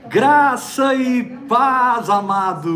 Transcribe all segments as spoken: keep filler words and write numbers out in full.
Graça e paz, amados,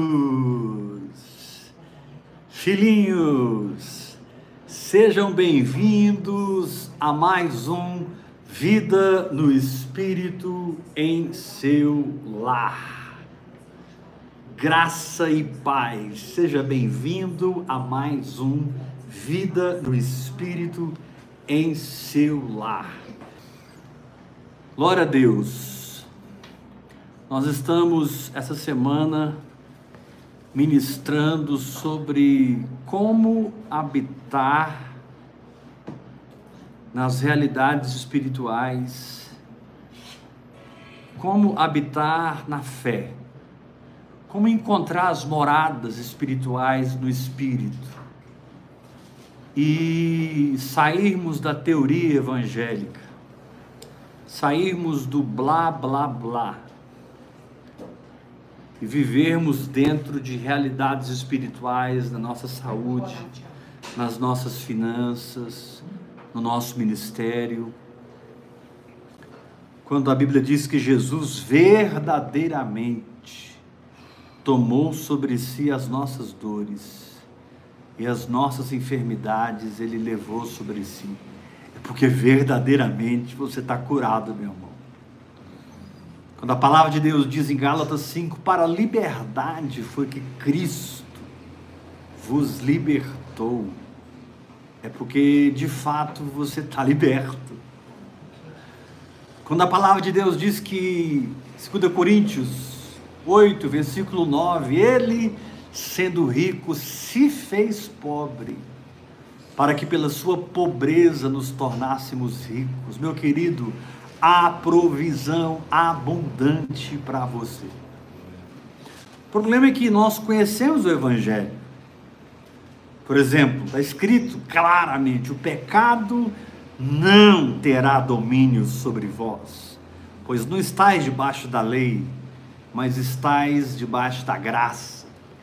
filhinhos, sejam bem-vindos a mais um Vida no Espírito em seu lar. Graça e paz, seja bem-vindo a mais um Vida no Espírito em seu lar. Glória a Deus. Nós estamos essa semana ministrando sobre como habitar nas realidades espirituais, como habitar na fé, como encontrar as moradas espirituais no Espírito e sairmos da teoria evangélica, sairmos do blá blá blá e vivermos dentro de realidades espirituais na nossa saúde, nas nossas finanças, no nosso ministério. Quando a Bíblia diz que Jesus verdadeiramente tomou sobre si as nossas dores e as nossas enfermidades Ele levou sobre si, é porque verdadeiramente você está curado, meu irmão. Quando a palavra de Deus diz em Gálatas cinco, para a liberdade foi que Cristo vos libertou, é porque de fato você está liberto. Quando a palavra de Deus diz que, segundo Coríntios oito, versículo nove, Ele, sendo rico, se fez pobre, para que pela sua pobreza nos tornássemos ricos. Meu querido, há provisão abundante para você. O problema é que nós conhecemos o Evangelho. Por exemplo, está escrito claramente: o pecado não terá domínio sobre vós, pois não estáis debaixo da lei, mas estáis debaixo da graça.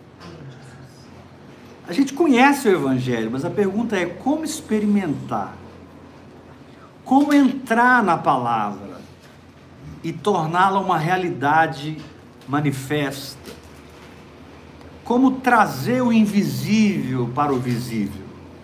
A gente conhece o Evangelho, mas a pergunta é como experimentar? Como entrar na palavra e torná-la uma realidade manifesta? Como trazer o invisível para o visível?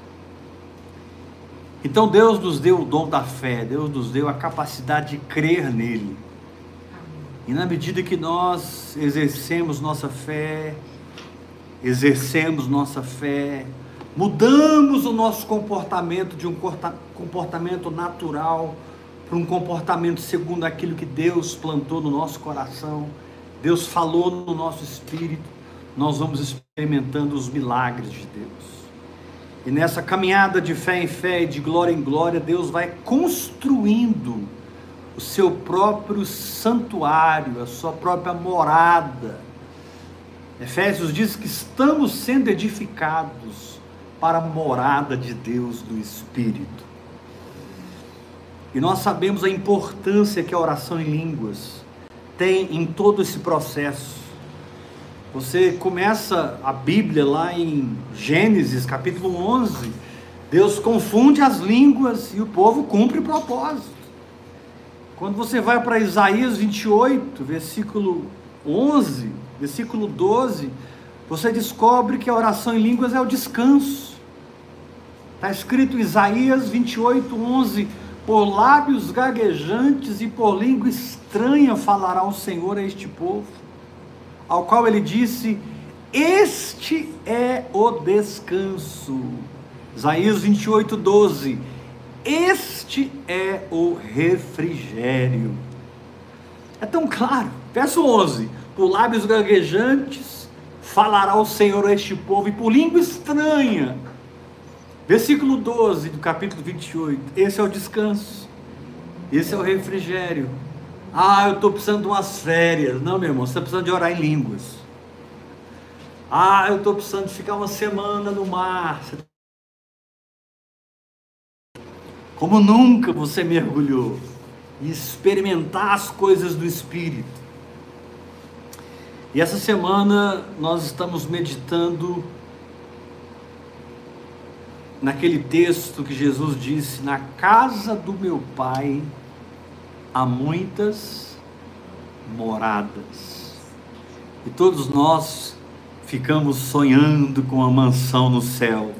Então Deus nos deu o dom da fé, Deus nos deu a capacidade de crer nele. E na medida que nós exercemos nossa fé, exercemos nossa fé, mudamos o nosso comportamento de um comportamento natural para um comportamento segundo aquilo que Deus plantou no nosso coração, Deus falou no nosso espírito, nós vamos experimentando os milagres de Deus. E nessa caminhada de fé em fé e de glória em glória, Deus vai construindo o seu próprio santuário, a sua própria morada. Efésios diz que estamos sendo edificados para a morada de Deus do Espírito. E nós sabemos a importância que a oração em línguas tem em todo esse processo. Você começa a Bíblia lá em Gênesis capítulo onze, Deus confunde as línguas e o povo cumpre o propósito. Quando você vai para Isaías vinte e oito, versículo onze, versículo doze, você descobre que a oração em línguas é o descanso. Está escrito em Isaías vinte e oito, onze, por lábios gaguejantes e por língua estranha falará o Senhor a este povo, ao qual ele disse, este é o descanso. Isaías vinte e oito, doze, este é o refrigério. É tão claro. Verso onze, por lábios gaguejantes falará o Senhor a este povo e por língua estranha. Versículo doze do capítulo vinte e oito, esse é o descanso, esse é o refrigério. Ah, eu estou precisando de umas férias. Não, meu irmão, você está precisando de orar em línguas. Ah, eu estou precisando de ficar uma semana no mar. Como nunca você mergulhou e experimentar as coisas do Espírito. E essa semana nós estamos meditando naquele texto que Jesus disse, na casa do meu Pai há muitas moradas. E todos nós ficamos sonhando com uma mansão no céu,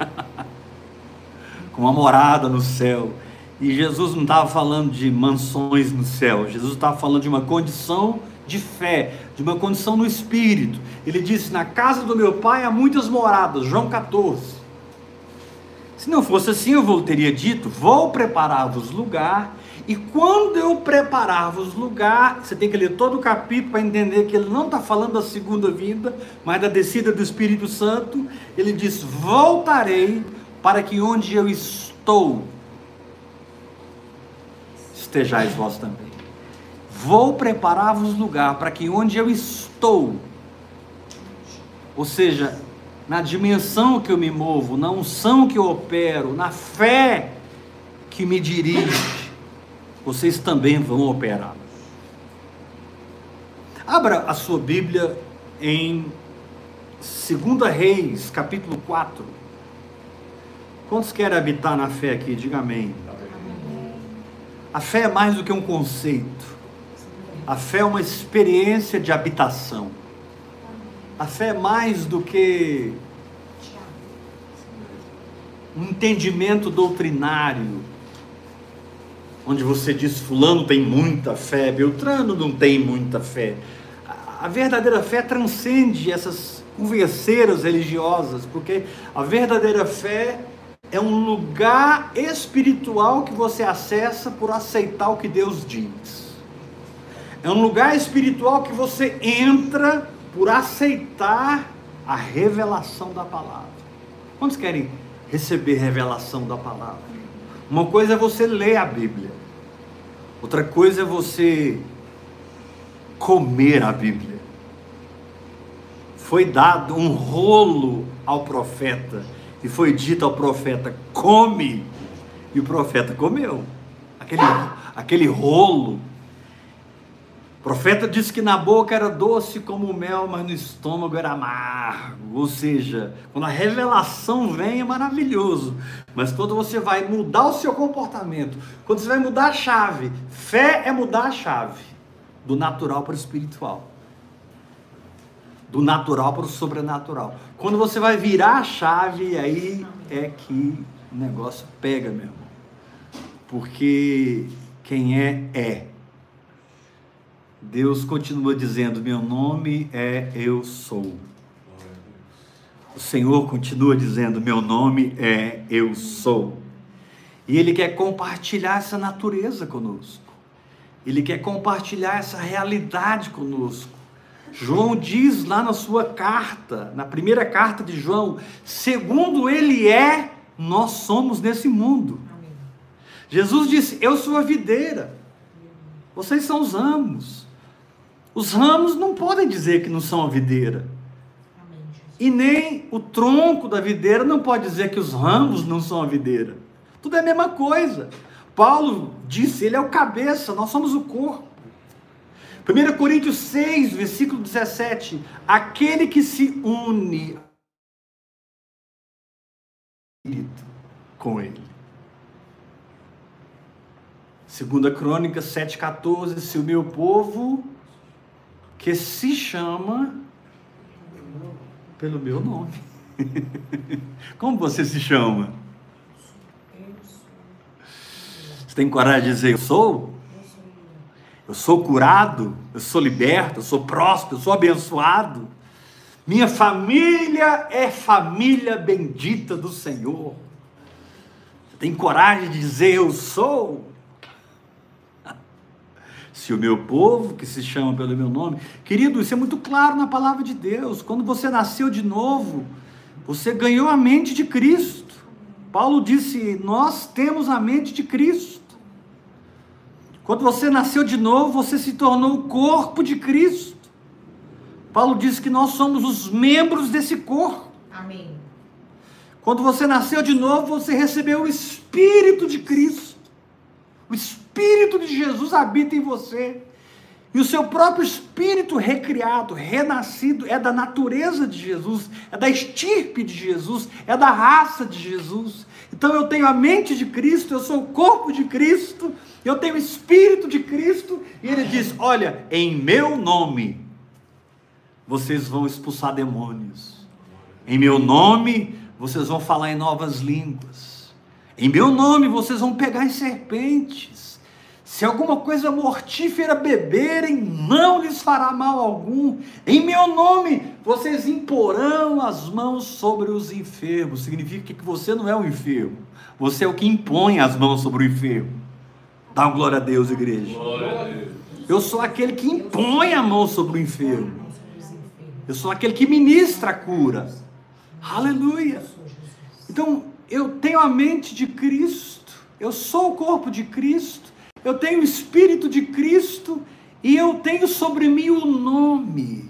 com uma morada no céu. E Jesus não estava falando de mansões no céu, Jesus estava falando de uma condição de fé, de uma condição no Espírito. Ele disse: na casa do meu pai há muitas moradas, João catorze. Se não fosse assim, eu vou, teria dito: vou preparar-vos lugar, e quando eu preparar-vos lugar, você tem que ler todo o capítulo para entender que ele não está falando da segunda vinda, mas da descida do Espírito Santo. Ele diz: voltarei para que onde eu estou, estejais vós também. Vou preparar-vos lugar para que onde eu estou, ou seja, na dimensão que eu me movo, na unção que eu opero, na fé que me dirige, vocês também vão operar. Abra a sua Bíblia em Segunda Reis, capítulo quatro. Quantos querem habitar na fé aqui? Diga amém. A fé é mais do que um conceito. A fé é uma experiência de habitação. A fé é mais do que um entendimento doutrinário, onde você diz: fulano tem muita fé, Beltrano não tem muita fé. A verdadeira fé transcende essas converseiras religiosas, porque a verdadeira fé é um lugar espiritual que você acessa por aceitar o que Deus diz. É um lugar espiritual que você entra por aceitar a revelação da palavra. Quantos querem receber revelação da palavra? Uma coisa é você ler a Bíblia, outra coisa é você comer a Bíblia. Foi dado um rolo ao profeta, e foi dito ao profeta: come, e o profeta comeu aquele, aquele rolo. O profeta disse que na boca era doce como o mel, mas no estômago era amargo. Ou seja, quando a revelação vem é maravilhoso, mas quando você vai mudar o seu comportamento, quando você vai mudar a chave, fé é mudar a chave do natural para o espiritual, do natural para o sobrenatural. Quando você vai virar a chave, aí é que o negócio pega, meu irmão. Porque quem é, é. Deus continua dizendo: meu nome é Eu Sou. O Senhor continua dizendo: meu nome é Eu Sou. E Ele quer compartilhar essa natureza conosco. Ele quer compartilhar essa realidade conosco. João diz lá na sua carta, na primeira carta de João: segundo Ele é, nós somos nesse mundo. Amém. Jesus disse: eu sou a videira, vocês são os ramos. Os ramos não podem dizer que não são a videira. Amém. E nem o tronco da videira não pode dizer que os ramos não são a videira. Tudo é a mesma coisa. Paulo disse: ele é o cabeça, nós somos o corpo. primeira Coríntios seis, versículo dezessete, aquele que se une com ele. segunda Crônicas sete, quatorze, se o meu povo, que se chama pelo meu nome. Como você se chama? Você tem coragem de dizer: eu sou? Eu sou curado, eu sou liberto, eu sou próspero, eu sou abençoado. Minha família é família bendita do Senhor. Você tem coragem de dizer: eu sou? Se o meu povo, que se chama pelo meu nome. Querido, isso é muito claro na palavra de Deus. Quando você nasceu de novo, você ganhou a mente de Cristo. Paulo disse: nós temos a mente de Cristo. Quando você nasceu de novo, você se tornou o corpo de Cristo. Paulo diz que nós somos os membros desse corpo. Amém. Quando você nasceu de novo, você recebeu o Espírito de Cristo. O Espírito de Jesus habita em você. E o seu próprio espírito recriado, renascido, é da natureza de Jesus, é da estirpe de Jesus, é da raça de Jesus. Então eu tenho a mente de Cristo, eu sou o corpo de Cristo, eu tenho o Espírito de Cristo, e ele diz, olha, em meu nome, vocês vão expulsar demônios, em meu nome, vocês vão falar em novas línguas, em meu nome, vocês vão pegar em serpentes, se alguma coisa mortífera beberem, não lhes fará mal algum, em meu nome, vocês imporão as mãos sobre os enfermos. Significa que você não é um enfermo, você é o que impõe as mãos sobre o enfermo. Dá uma glória a Deus, igreja. Glória a Deus. Eu sou aquele que impõe a mão sobre o enfermo, eu sou aquele que ministra a cura. Aleluia. Então, eu tenho a mente de Cristo, eu sou o corpo de Cristo, eu tenho o Espírito de Cristo, e eu tenho sobre mim o nome.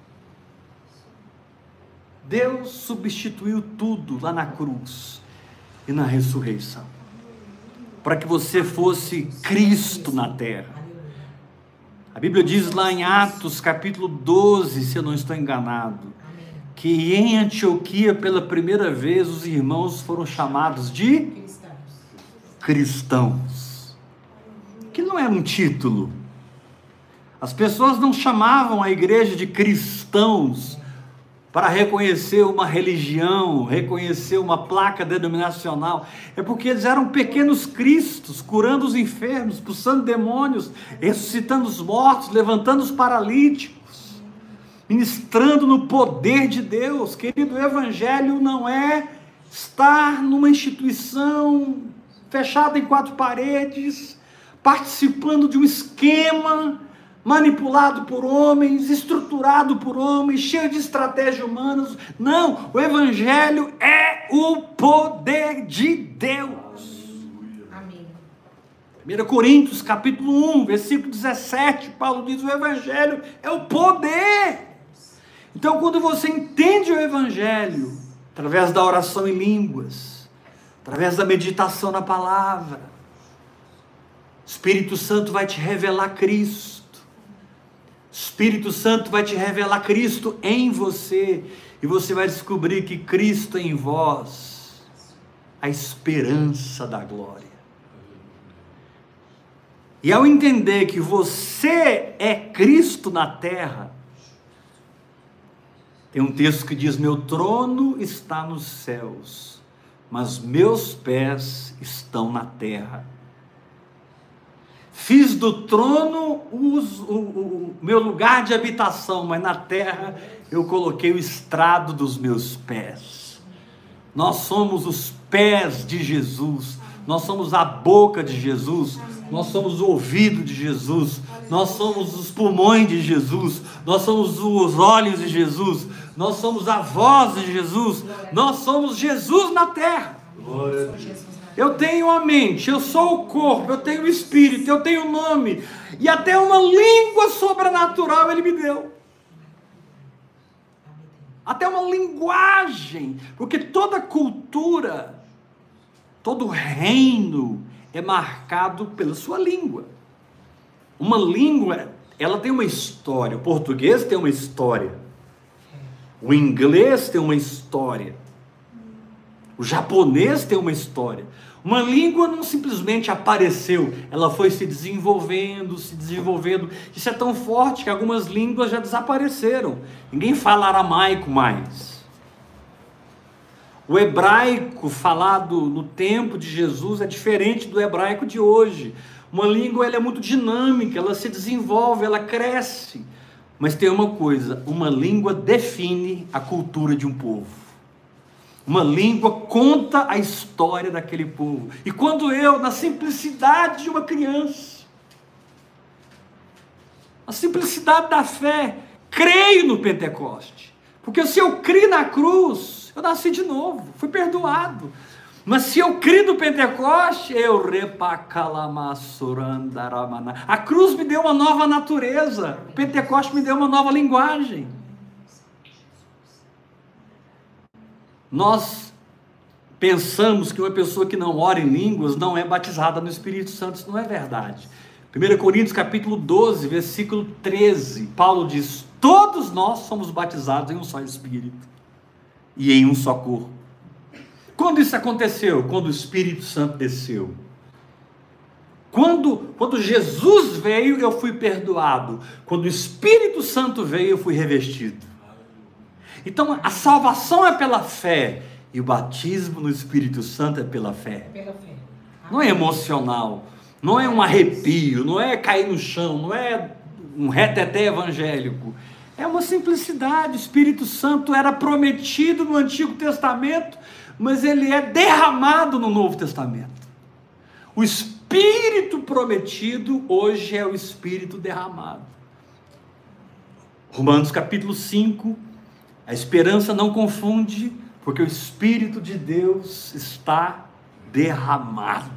Deus substituiu tudo lá na cruz e na ressurreição, para que você fosse Cristo na terra. A Bíblia diz lá em Atos capítulo doze, se eu não estou enganado, que em Antioquia, pela primeira vez, os irmãos foram chamados de cristãos. Que não era um título. As pessoas não chamavam a igreja de cristãos para reconhecer uma religião, reconhecer uma placa denominacional. É porque eles eram pequenos cristos, curando os enfermos, expulsando demônios, ressuscitando os mortos, levantando os paralíticos, ministrando no poder de Deus. Querido, o evangelho não é estar numa instituição fechada em quatro paredes, participando de um esquema manipulado por homens, estruturado por homens, cheio de estratégias humanas. Não, o evangelho é o poder de Deus. Amém. primeira Coríntios capítulo um, versículo dezessete, Paulo diz, o evangelho é o poder. Então, quando você entende o evangelho, através da oração em línguas, através da meditação na palavra, Espírito Santo vai te revelar Cristo, Espírito Santo vai te revelar Cristo em você, e você vai descobrir que Cristo é em vós, a esperança da glória. E ao entender que você é Cristo na terra, tem um texto que diz, meu trono está nos céus, mas meus pés estão na terra. Fiz do trono o, o, o meu lugar de habitação, mas na terra eu coloquei o estrado dos meus pés. Nós somos os pés de Jesus, nós somos a boca de Jesus, nós somos o ouvido de Jesus, nós somos os pulmões de Jesus, nós somos os olhos de Jesus, nós somos a voz de Jesus, nós somos Jesus na terra. Glória a Deus. Eu tenho a mente, eu sou o corpo, eu tenho o espírito, eu tenho o nome, e até uma língua sobrenatural ele me deu. Até uma linguagem, porque toda cultura, todo reino é marcado pela sua língua. Uma língua, ela tem uma história. O português tem uma história, o inglês tem uma história, o japonês tem uma história. Uma língua não simplesmente apareceu, ela foi se desenvolvendo, se desenvolvendo. Isso é tão forte que algumas línguas já desapareceram. Ninguém fala aramaico mais. O hebraico falado no tempo de Jesus é diferente do hebraico de hoje. Uma língua, ela é muito dinâmica, ela se desenvolve, ela cresce. Mas tem uma coisa, uma língua define a cultura de um povo. Uma língua conta a história daquele povo. E quando eu, na simplicidade de uma criança, a simplicidade da fé, creio no Pentecoste, porque se eu criei na cruz, eu nasci de novo, fui perdoado. Mas se eu criei no Pentecoste, eu repacalamassurandaramana. A cruz me deu uma nova natureza, o Pentecoste me deu uma nova linguagem. Nós pensamos que uma pessoa que não ora em línguas não é batizada no Espírito Santo. Isso não é verdade. primeira Coríntios capítulo doze, versículo treze, Paulo diz, todos nós somos batizados em um só Espírito e em um só corpo. Quando isso aconteceu? Quando o Espírito Santo desceu. Quando, quando Jesus veio, eu fui perdoado. Quando o Espírito Santo veio, eu fui revestido. Então, a salvação é pela fé. E o batismo no Espírito Santo é pela fé. Pela fé. Não é emocional. Não é um arrepio. Não é cair no chão. Não é um reteté evangélico. É uma simplicidade. O Espírito Santo era prometido no Antigo Testamento, mas ele é derramado no Novo Testamento. O Espírito prometido hoje é o Espírito derramado. Romanos capítulo cinco, a esperança não confunde, porque o Espírito de Deus está derramado.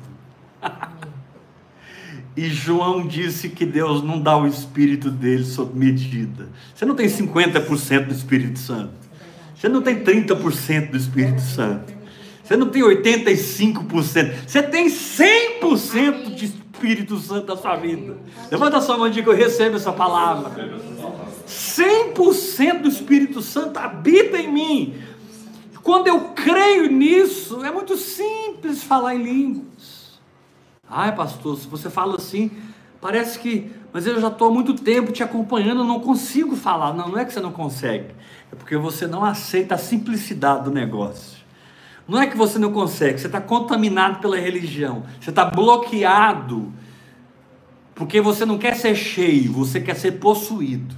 E João disse que Deus não dá o Espírito dele sob medida. Você não tem cinquenta por cento do Espírito Santo. Você não tem trinta por cento do Espírito Santo. Você não tem oitenta e cinco por cento. Você tem cem por cento de Espírito Santo na sua vida. Levanta a sua mão e diga que eu recebo essa palavra. cem por cento do Espírito Santo habita em mim. Quando eu creio nisso, é muito simples falar em línguas. Ai, pastor, se você fala assim, parece que... Mas eu já estou há muito tempo te acompanhando, eu não consigo falar. Não, não é que você não consegue. É porque você não aceita a simplicidade do negócio. Não é que você não consegue, você está contaminado pela religião. Você está bloqueado. Porque você não quer ser cheio, você quer ser possuído.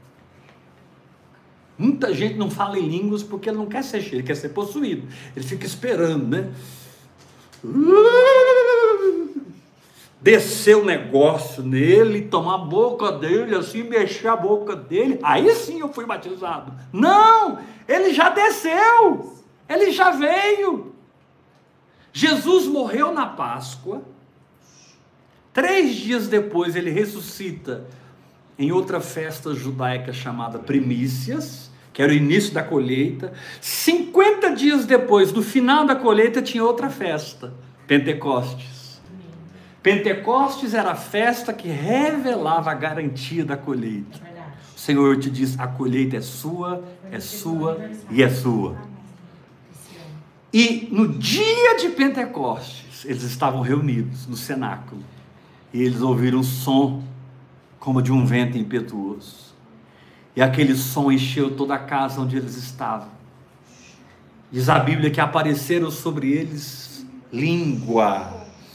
Muita gente não fala em línguas porque ele não quer ser cheio, ele quer ser possuído. Ele fica esperando, né? Descer o negócio nele, tomar a boca dele, assim, mexer a boca dele. Aí sim eu fui batizado. Não! Ele já desceu! Ele já veio. Jesus morreu na Páscoa. Três dias depois ele ressuscita em outra festa judaica chamada Primícias, que era o início da colheita. cinquenta dias depois, no final da colheita, tinha outra festa, Pentecostes. Pentecostes era a festa que revelava a garantia da colheita. O Senhor te diz, a colheita é sua, é sua e é sua. E no dia de Pentecostes, eles estavam reunidos no cenáculo, e eles ouviram um som como de um vento impetuoso, e aquele som encheu toda a casa onde eles estavam. Diz a Bíblia que apareceram sobre eles línguas.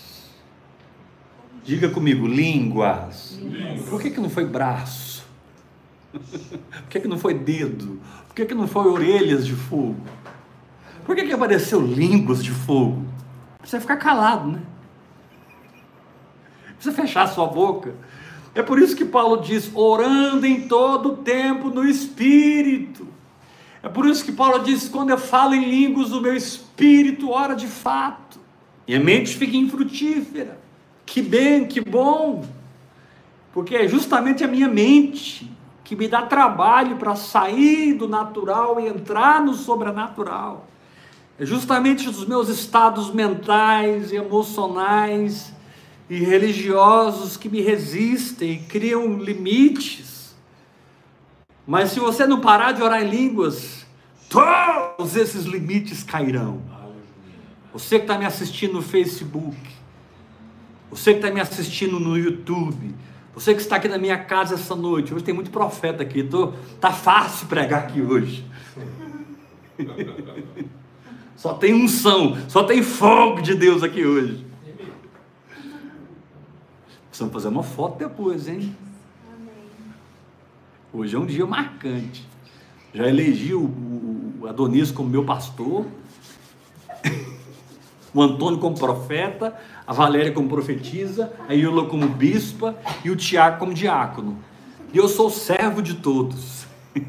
Diga comigo, línguas. Por que que não foi braço? Por que que não foi dedo? Por que que não foi orelhas de fogo? Por que que apareceu línguas de fogo? Precisa ficar calado, né? Precisa fechar a sua boca. É por isso que Paulo diz, orando em todo o tempo no Espírito. É por isso que Paulo diz, quando eu falo em línguas, o meu espírito ora de fato. E a mente fica infrutífera. Que bem, que bom. Porque é justamente a minha mente que me dá trabalho para sair do natural e entrar no sobrenatural. É justamente os meus estados mentais e emocionais e religiosos que me resistem e criam limites. Mas se você não parar de orar em línguas, todos esses limites cairão. Você que está me assistindo no Facebook, você que está me assistindo no YouTube, você que está aqui na minha casa essa noite, hoje tem muito profeta aqui, tô, tá fácil pregar aqui hoje. Só tem unção, só tem fogo de Deus aqui hoje. Precisamos fazer uma foto depois, hein? Hoje é um dia marcante. Já elegi o, o Adonis como meu pastor, o Antônio como profeta, a Valéria como profetisa, a Iula como bispa e o Tiago como diácono. E eu sou servo de todos.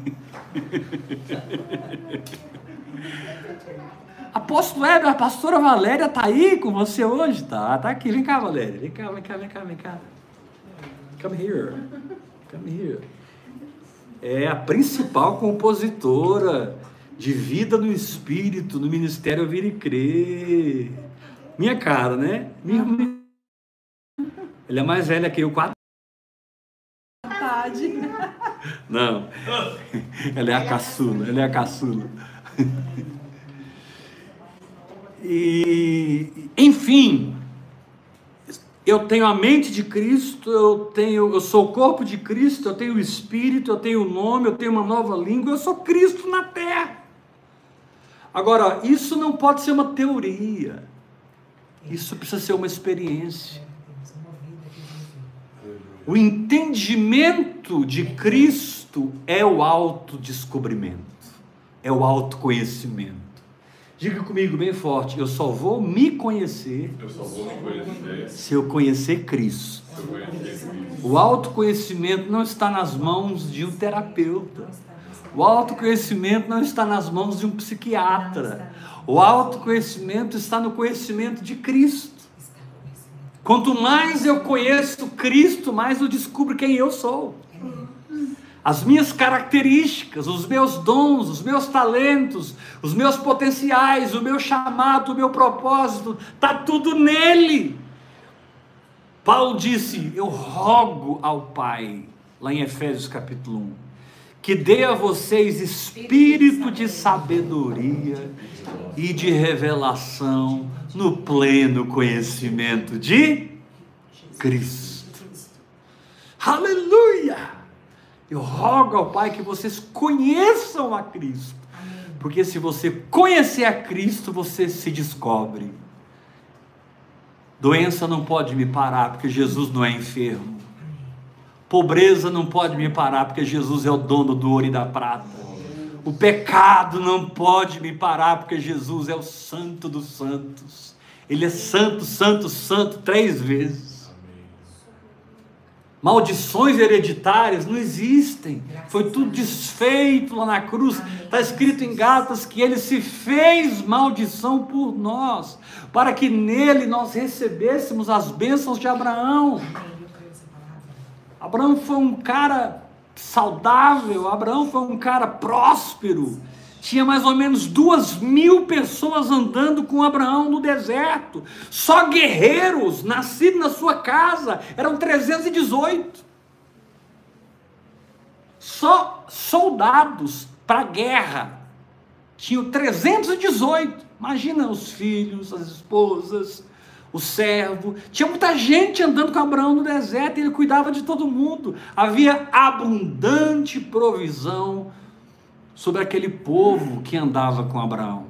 Apóstolo Heber, a pastora Valéria está aí com você hoje? Tá, tá aqui. Vem cá, Valéria. Vem cá, vem cá, vem cá, vem cá. Come here. Come here. É a principal compositora de vida no Espírito, no Ministério Ouvir e Crer. Minha cara, né? Minha... Ela é mais velha que eu, quatro. Não. Ela é a caçula, ela é a caçula. E, enfim, eu tenho a mente de Cristo, eu, tenho, eu sou o corpo de Cristo, eu tenho o Espírito, eu tenho o nome, eu tenho uma nova língua, eu sou Cristo na terra. Agora, isso não pode ser uma teoria, isso precisa ser uma experiência. O entendimento de Cristo é o autodescobrimento, é o autoconhecimento. Diga comigo bem forte, eu só vou me conhecer, eu só vou me conhecer se eu conhecer Cristo. se eu conhecer Cristo. O autoconhecimento não está nas mãos de um terapeuta. O autoconhecimento não está nas mãos de um psiquiatra. O autoconhecimento está no conhecimento de Cristo. Quanto mais eu conheço Cristo, mais eu descubro quem eu sou. As minhas características, os meus dons, os meus talentos, os meus potenciais, o meu chamado, o meu propósito, está tudo nele. Paulo disse, eu rogo ao Pai, lá em Efésios capítulo um, que dê a vocês espírito de sabedoria e de revelação no pleno conhecimento de Cristo. Aleluia! Eu rogo ao Pai que vocês conheçam a Cristo, porque se você conhecer a Cristo, você se descobre. Doença não pode me parar, porque Jesus não é enfermo. Pobreza não pode me parar, porque Jesus é o dono do ouro e da prata. O pecado não pode me parar, porque Jesus é o santo dos santos. Ele é santo, santo, santo, três vezes. Maldições hereditárias não existem, foi tudo desfeito lá na cruz. Está escrito em Gálatas que ele se fez maldição por nós, para que nele nós recebêssemos as bênçãos de Abraão. Abraão foi um cara saudável, Abraão foi um cara próspero, tinha mais ou menos duas mil pessoas andando com Abraão no deserto, só guerreiros nascidos na sua casa, eram trezentos e dezoito, só soldados para a guerra, tinham trezentos e dezoito, imagina os filhos, as esposas, o servo, tinha muita gente andando com Abraão no deserto, e ele cuidava de todo mundo, havia abundante provisão sobre aquele povo que andava com Abraão.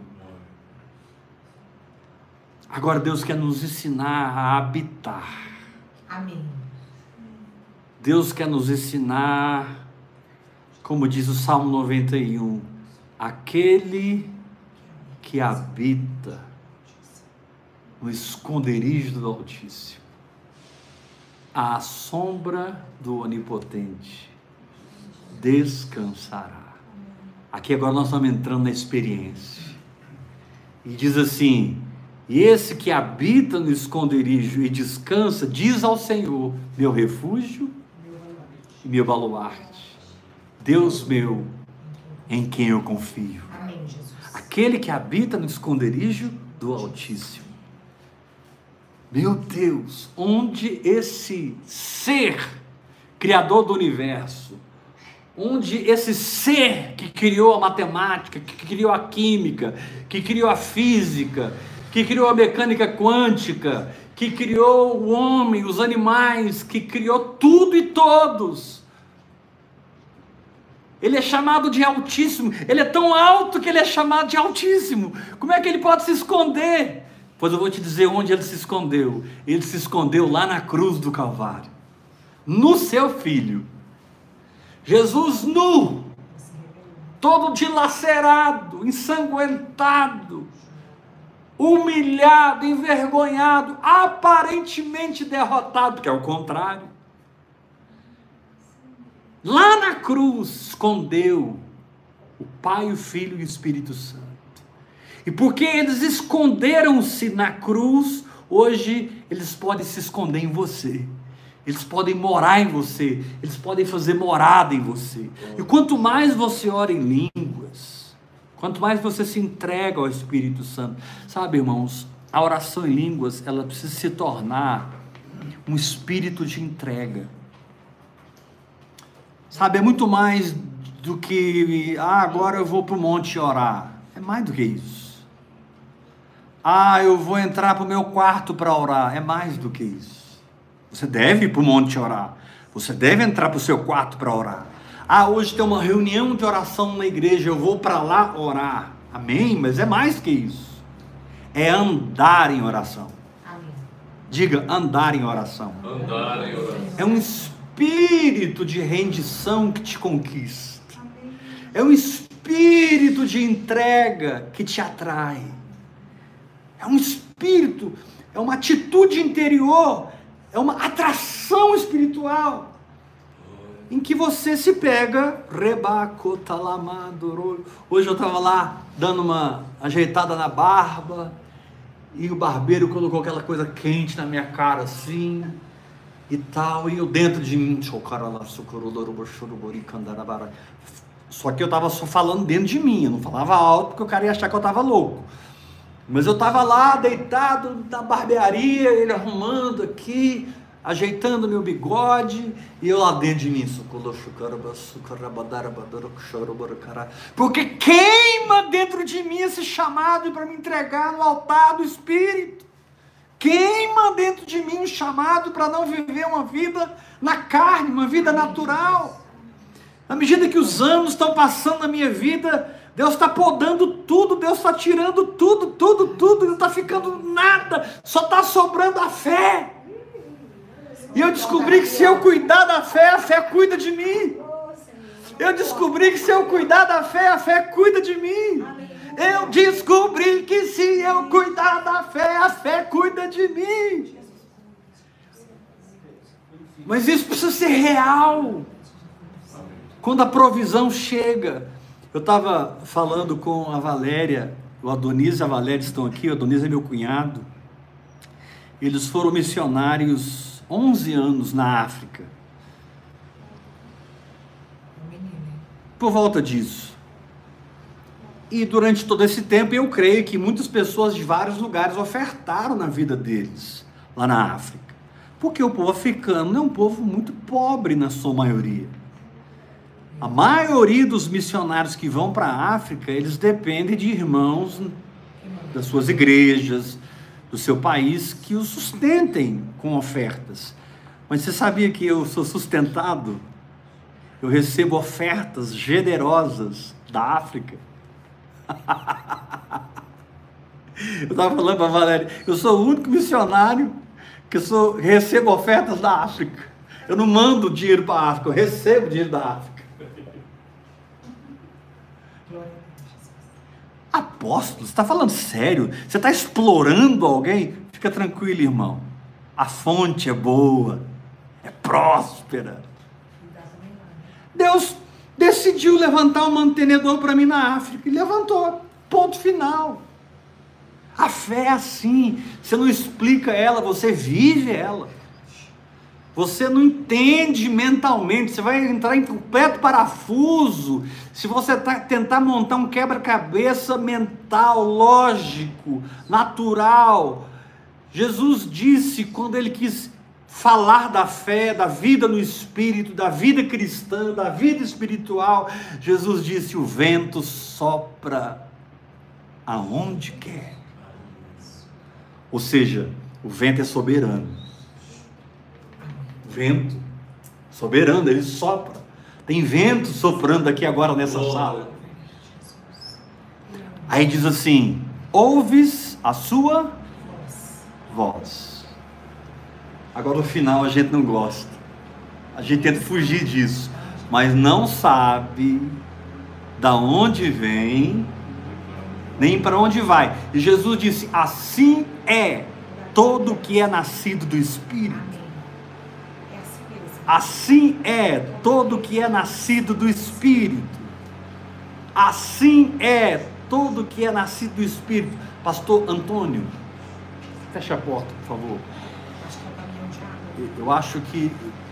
Agora Deus quer nos ensinar a habitar. Amém. Deus quer nos ensinar, como diz o Salmo noventa e um, aquele que habita no esconderijo do Altíssimo, à sombra do Onipotente, descansará. Aqui agora nós estamos entrando na experiência. E diz assim, e esse que habita no esconderijo e descansa, diz ao Senhor, meu refúgio e meu baluarte, Deus meu, em quem eu confio. Amém, Jesus. Aquele que habita no esconderijo do Altíssimo. Meu Deus, onde esse ser, criador do universo, onde esse ser que criou a matemática, que criou a química, que criou a física, que criou a mecânica quântica, que criou o homem, os animais, que criou tudo e todos, ele é chamado de Altíssimo, ele é tão alto que ele é chamado de Altíssimo. Como é que ele pode se esconder? Pois eu vou te dizer onde ele se escondeu. Ele se escondeu lá na cruz do Calvário, no seu Filho. Jesus nu, todo dilacerado, ensanguentado, humilhado, envergonhado, aparentemente derrotado, que é o contrário. Lá na cruz escondeu o Pai, o Filho e o Espírito Santo. E porque eles esconderam-se na cruz, hoje eles podem se esconder em você. Eles podem morar em você, eles podem fazer morada em você. E quanto mais você ora em línguas, quanto mais você se entrega ao Espírito Santo, sabe, irmãos, a oração em línguas, ela precisa se tornar um espírito de entrega. Sabe, é muito mais do que, ah, agora eu vou para o monte orar. É mais do que isso. Ah, eu vou entrar para o meu quarto para orar. É mais do que isso. Você deve ir para o monte orar. Você deve entrar para o seu quarto para orar. Ah, hoje tem uma reunião de oração na igreja, eu vou para lá orar. Amém? Mas é mais que isso. É andar em oração. Amém. Diga, andar em oração. Andar em oração. É um espírito de rendição que te conquista. É um espírito de entrega que te atrai. É um espírito, é uma atitude interior, é uma atração espiritual, em que você se pega. Hoje eu estava lá dando uma ajeitada na barba, e o barbeiro colocou aquela coisa quente na minha cara assim, e tal, e eu dentro de mim, só que eu estava só falando dentro de mim, eu não falava alto porque o cara ia achar que eu estava louco. Mas eu estava lá deitado na barbearia, ele arrumando aqui, ajeitando meu bigode, e eu lá dentro de mim, porque queima dentro de mim esse chamado para me entregar no altar do Espírito. Queima dentro de mim um chamado para não viver uma vida na carne, uma vida natural. Na medida que os anos estão passando na minha vida, Deus está podando tudo, Deus está tirando tudo, tudo, tudo, não está ficando nada, só está sobrando a fé. E eu descobri que se eu cuidar da fé, a fé cuida de mim. Eu descobri que se eu cuidar da fé, a fé cuida de mim. Eu descobri que se eu cuidar da fé, a fé cuida de mim. Mas isso precisa ser real. Quando a provisão chega. Eu estava falando com a Valéria, o Adonis e a Valéria estão aqui, o Adonis é meu cunhado. Eles foram missionários onze anos na África. Por volta disso. E durante todo esse tempo eu creio que muitas pessoas de vários lugares ofertaram na vida deles, lá na África. Porque o povo africano é um povo muito pobre na sua maioria. A maioria dos missionários que vão para a África, eles dependem de irmãos das suas igrejas, do seu país, que os sustentem com ofertas. Mas você sabia que eu sou sustentado? Eu recebo ofertas generosas da África. Eu estava falando para a Valéria, eu sou o único missionário que eu sou, recebo ofertas da África. Eu não mando dinheiro para a África, eu recebo dinheiro da África. Apóstolo, você está falando sério? Você está explorando alguém? Fica tranquilo, irmão. A fonte é boa, é próspera. Deus decidiu levantar um mantenedor para mim na África e levantou. Ponto final. A fé é assim. Você não explica ela, você vive ela. Você não entende mentalmente, você vai entrar em completo parafuso se você tá, tentar montar um quebra-cabeça mental, lógico, natural. Jesus disse, quando ele quis falar da fé, da vida no Espírito, da vida cristã, da vida espiritual, Jesus disse, o vento sopra aonde quer. Ou seja, o vento é soberano. Vento soberano, ele sopra. Tem vento soprando aqui agora nessa sala. Aí diz assim, ouves a sua voz. Agora no final a gente não gosta. A gente tenta fugir disso, mas não sabe da onde vem, nem para onde vai. E Jesus disse, assim é todo que é nascido do Espírito. Assim é todo que é nascido do Espírito. Assim é todo que é nascido do Espírito. Pastor Antônio, fecha a porta, por favor. Eu acho que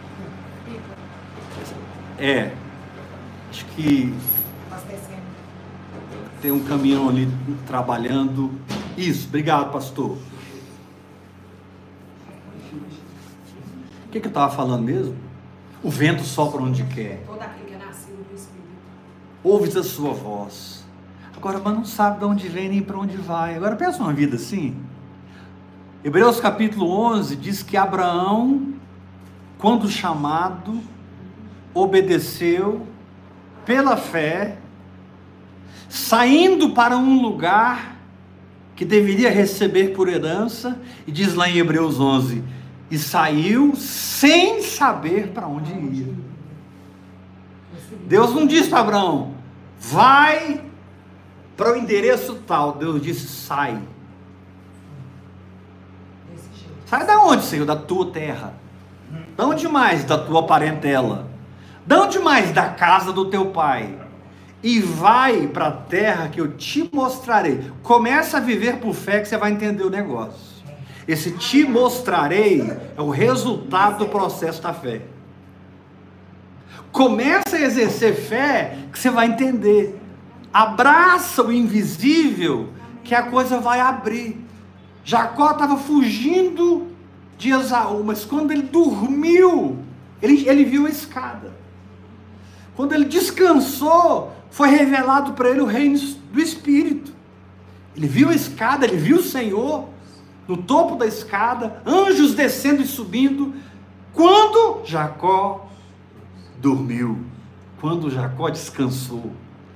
é, acho que tem um caminhão ali trabalhando. Isso, obrigado, pastor. O que, que eu estava falando mesmo? O vento sopra onde quer. Todo aquele que é nascido do Espírito. Ouves a sua voz. Agora, mas não sabe de onde vem nem para onde vai. Agora pensa uma vida assim. Hebreus capítulo onze diz que Abraão quando chamado, obedeceu pela fé, saindo para um lugar que deveria receber por herança, e diz lá em Hebreus onze, e saiu sem saber para onde ia. Deus não disse para Abraão, vai para o endereço tal. Deus disse, sai. Sai da onde, Senhor? Da tua terra. Da onde mais? Da tua parentela. Da onde mais? Da casa do teu pai. E vai para a terra que eu te mostrarei. Começa a viver por fé que você vai entender o negócio. Esse te mostrarei é o resultado do processo da fé. Começa a exercer fé que você vai entender. Abraça o invisível que a coisa vai abrir. Jacó estava fugindo de Esaú, mas quando ele dormiu, ele, ele viu a escada. Quando ele descansou, foi revelado para ele o reino do Espírito. Ele viu a escada, ele viu o Senhor no topo da escada, anjos descendo e subindo. Quando Jacó dormiu, quando Jacó descansou.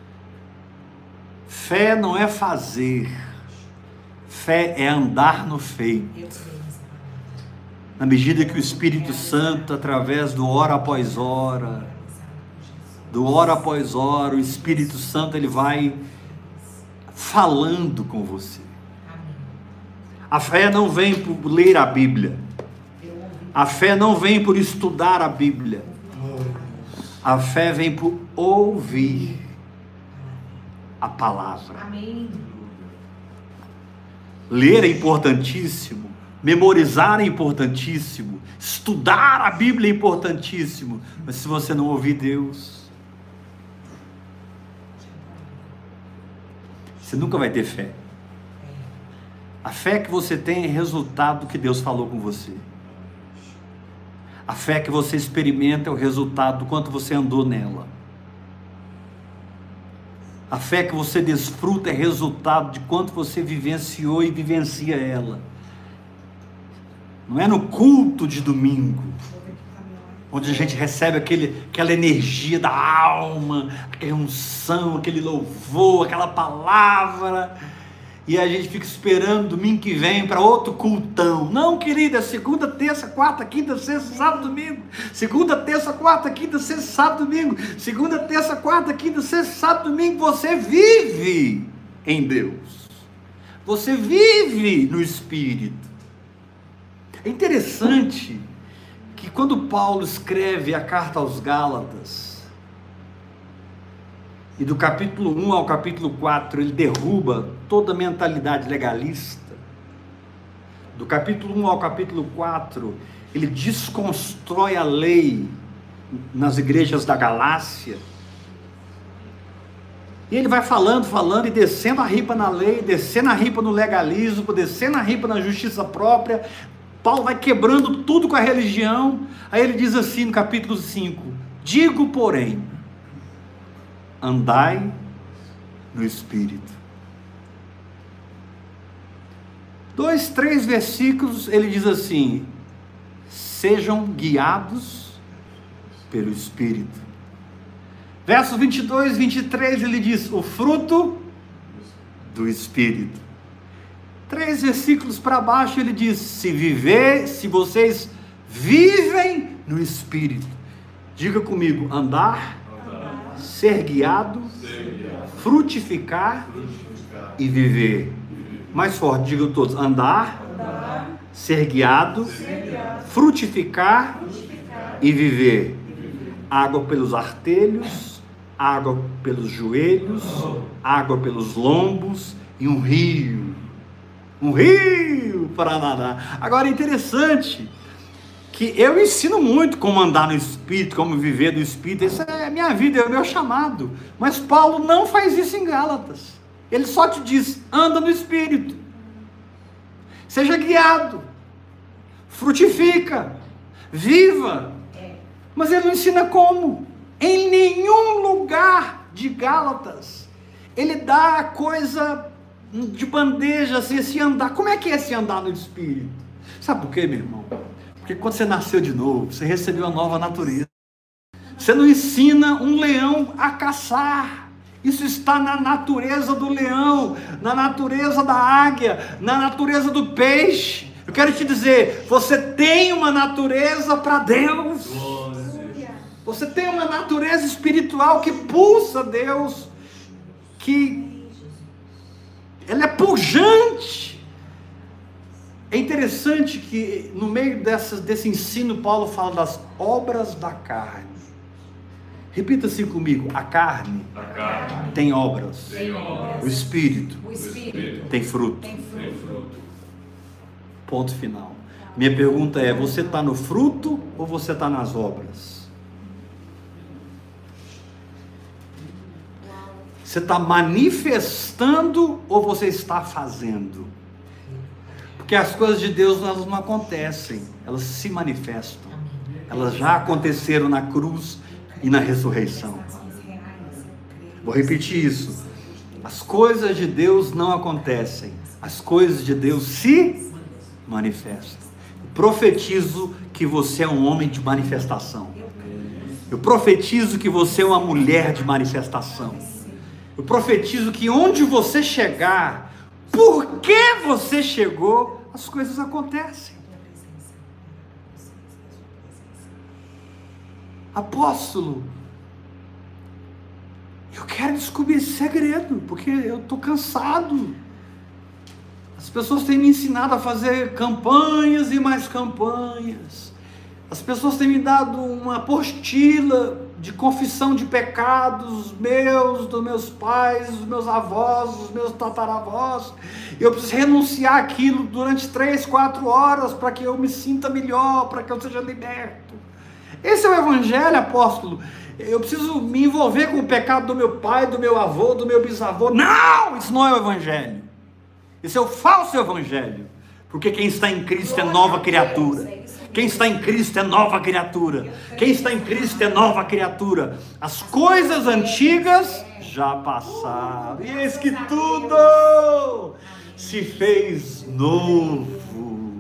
Fé não é fazer, fé é andar no feito. Na medida que o Espírito Santo, através do hora após hora, do hora após hora, o Espírito Santo ele vai falando com você. A fé não vem por ler a Bíblia. A fé não vem por estudar a Bíblia. A fé vem por ouvir a palavra. Amém. Ler é importantíssimo, memorizar é importantíssimo, estudar a Bíblia é importantíssimo, mas se você não ouvir Deus, você nunca vai ter fé. A fé que você tem é resultado do que Deus falou com você. A fé que você experimenta é o resultado do quanto você andou nela. A fé que você desfruta é resultado de quanto você vivenciou e vivencia ela. Não é no culto de domingo, onde a gente recebe aquele, aquela energia da alma, aquela unção, aquele louvor, aquela palavra, e a gente fica esperando domingo que vem para outro cultão. Não, querida, segunda, terça, quarta, quinta, sexta, sábado, domingo. Segunda, terça, quarta, quinta, sexta, sábado, domingo. Segunda, terça, quarta, quinta, sexta, sábado, domingo. Você vive em Deus. Você vive no Espírito. É interessante que quando Paulo escreve a carta aos Gálatas, e do capítulo um ao capítulo quatro, ele derruba toda a mentalidade legalista. Do capítulo um ao capítulo quatro, ele desconstrói a lei nas igrejas da Galácia. E ele vai falando, falando, e descendo a ripa na lei, descendo a ripa no legalismo, descendo a ripa na justiça própria. Paulo vai quebrando tudo com a religião. Aí ele diz assim no capítulo cinco, digo porém, andai no Espírito. Dois, três versículos, ele diz assim, sejam guiados pelo Espírito. Versos vinte e dois, vinte e três, ele diz, o fruto do Espírito. Três versículos para baixo, ele diz, se viver, se vocês vivem no Espírito. Diga comigo, andar, andar. Ser, guiado, ser guiado, frutificar, frutificar e viver. viver. Mais forte, digam todos, andar, andar. Ser, guiado, ser guiado, frutificar, frutificar e viver. viver. Água pelos artelhos, água pelos joelhos, água pelos lombos e um rio. Um rio para nadar. Agora é interessante que eu ensino muito como andar no Espírito, como viver no Espírito. Isso é a minha vida, é o meu chamado. Mas Paulo não faz isso em Gálatas. Ele só te diz, anda no Espírito. Seja guiado. Frutifica. Viva. Mas ele não ensina como. Em nenhum lugar de Gálatas ele dá a coisa de bandeja, assim, esse andar. Como é que é esse andar no Espírito? Sabe por quê, meu irmão? Porque quando você nasceu de novo, você recebeu a nova natureza. Você não ensina um leão a caçar. Isso está na natureza do leão, na natureza da águia, na natureza do peixe. Eu quero te dizer, você tem uma natureza para Deus. Você tem uma natureza espiritual que pulsa Deus, que ela é pujante. É interessante que no meio dessa, desse ensino, Paulo fala das obras da carne. Repita assim comigo: a carne, A carne tem obras, tem obras, o espírito, O Espírito tem fruto. tem tem fruto. fruto. Ponto final. Minha pergunta é: você está no fruto ou você está nas obras? Você está manifestando ou você está fazendo? Porque as coisas de Deus, elas não acontecem, elas se manifestam. Elas já aconteceram na cruz e na ressurreição. Vou repetir isso. As coisas de Deus não acontecem, as coisas de Deus se manifestam. Eu profetizo que você é um homem de manifestação. Eu profetizo que você é uma mulher de manifestação. Eu profetizo que onde você chegar, porque você chegou, as coisas acontecem. Apóstolo, eu quero descobrir esse segredo, porque eu estou cansado. As pessoas têm me ensinado a fazer campanhas e mais campanhas. As pessoas têm me dado uma apostila de confissão de pecados meus, dos meus pais, dos meus avós, dos meus tataravós. Eu preciso renunciar aquilo durante três, quatro horas para que eu me sinta melhor, para que eu seja liberto. Esse é o evangelho, apóstolo. Eu preciso me envolver com o pecado do meu pai, do meu avô, do meu bisavô. Não, isso não é o evangelho. Esse é o falso evangelho. Porque quem está em Cristo é nova criatura. Quem está em Cristo é nova criatura. Quem está em Cristo é nova criatura. As coisas antigas já passaram. E eis que tudo se fez novo.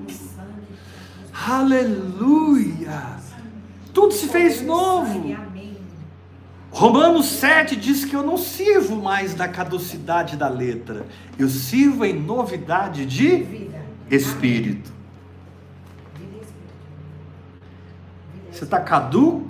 Aleluia. Tudo se fez novo. Romanos sete diz que eu não sirvo mais da caducidade da letra. Eu sirvo em novidade de espírito. Você está caduco?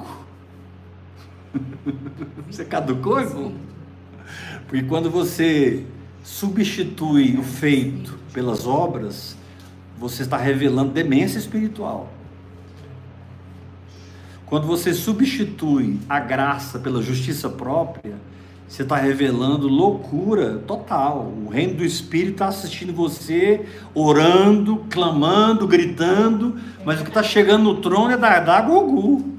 Você caducou, irmão? Porque quando você substitui o feito pelas obras, você está revelando demência espiritual. Quando você substitui a graça pela justiça própria, você está revelando loucura total. O reino do Espírito está assistindo você, orando, clamando, gritando, mas o que está chegando no trono é da, da Gogu.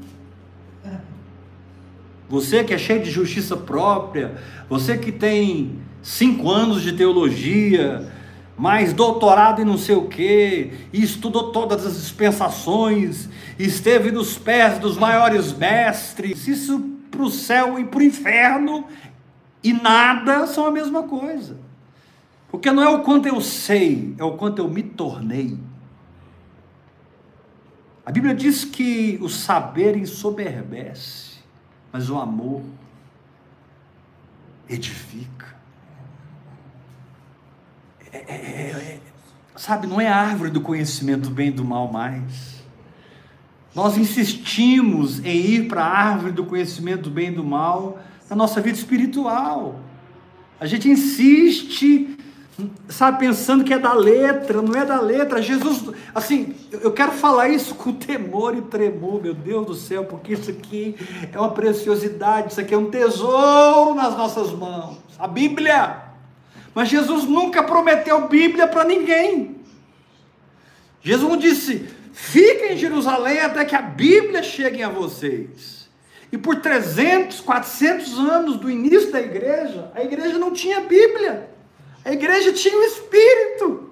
Você que é cheio de justiça própria, você que tem cinco anos de teologia, mais doutorado em não sei o que, e estudou todas as dispensações, e esteve nos pés dos maiores mestres, isso para o céu e para o inferno, e nada são a mesma coisa, porque não é o quanto eu sei, é o quanto eu me tornei. A Bíblia diz que o saber ensoberbece, mas o amor edifica. É, é, é, sabe, não é a árvore do conhecimento do bem e do mal mais. Nós insistimos em ir para a árvore do conhecimento do bem e do mal na nossa vida espiritual. A gente insiste, sabe, pensando que é da letra, não é da letra. Jesus, assim, eu quero falar isso com temor e tremor, meu Deus do céu, porque isso aqui é uma preciosidade, isso aqui é um tesouro nas nossas mãos, a Bíblia. Mas Jesus nunca prometeu Bíblia para ninguém. Jesus não disse: fiquem em Jerusalém até que a Bíblia chegue a vocês. E por trezentos, quatrocentos anos do início da igreja, a igreja não tinha Bíblia. A igreja tinha o Espírito.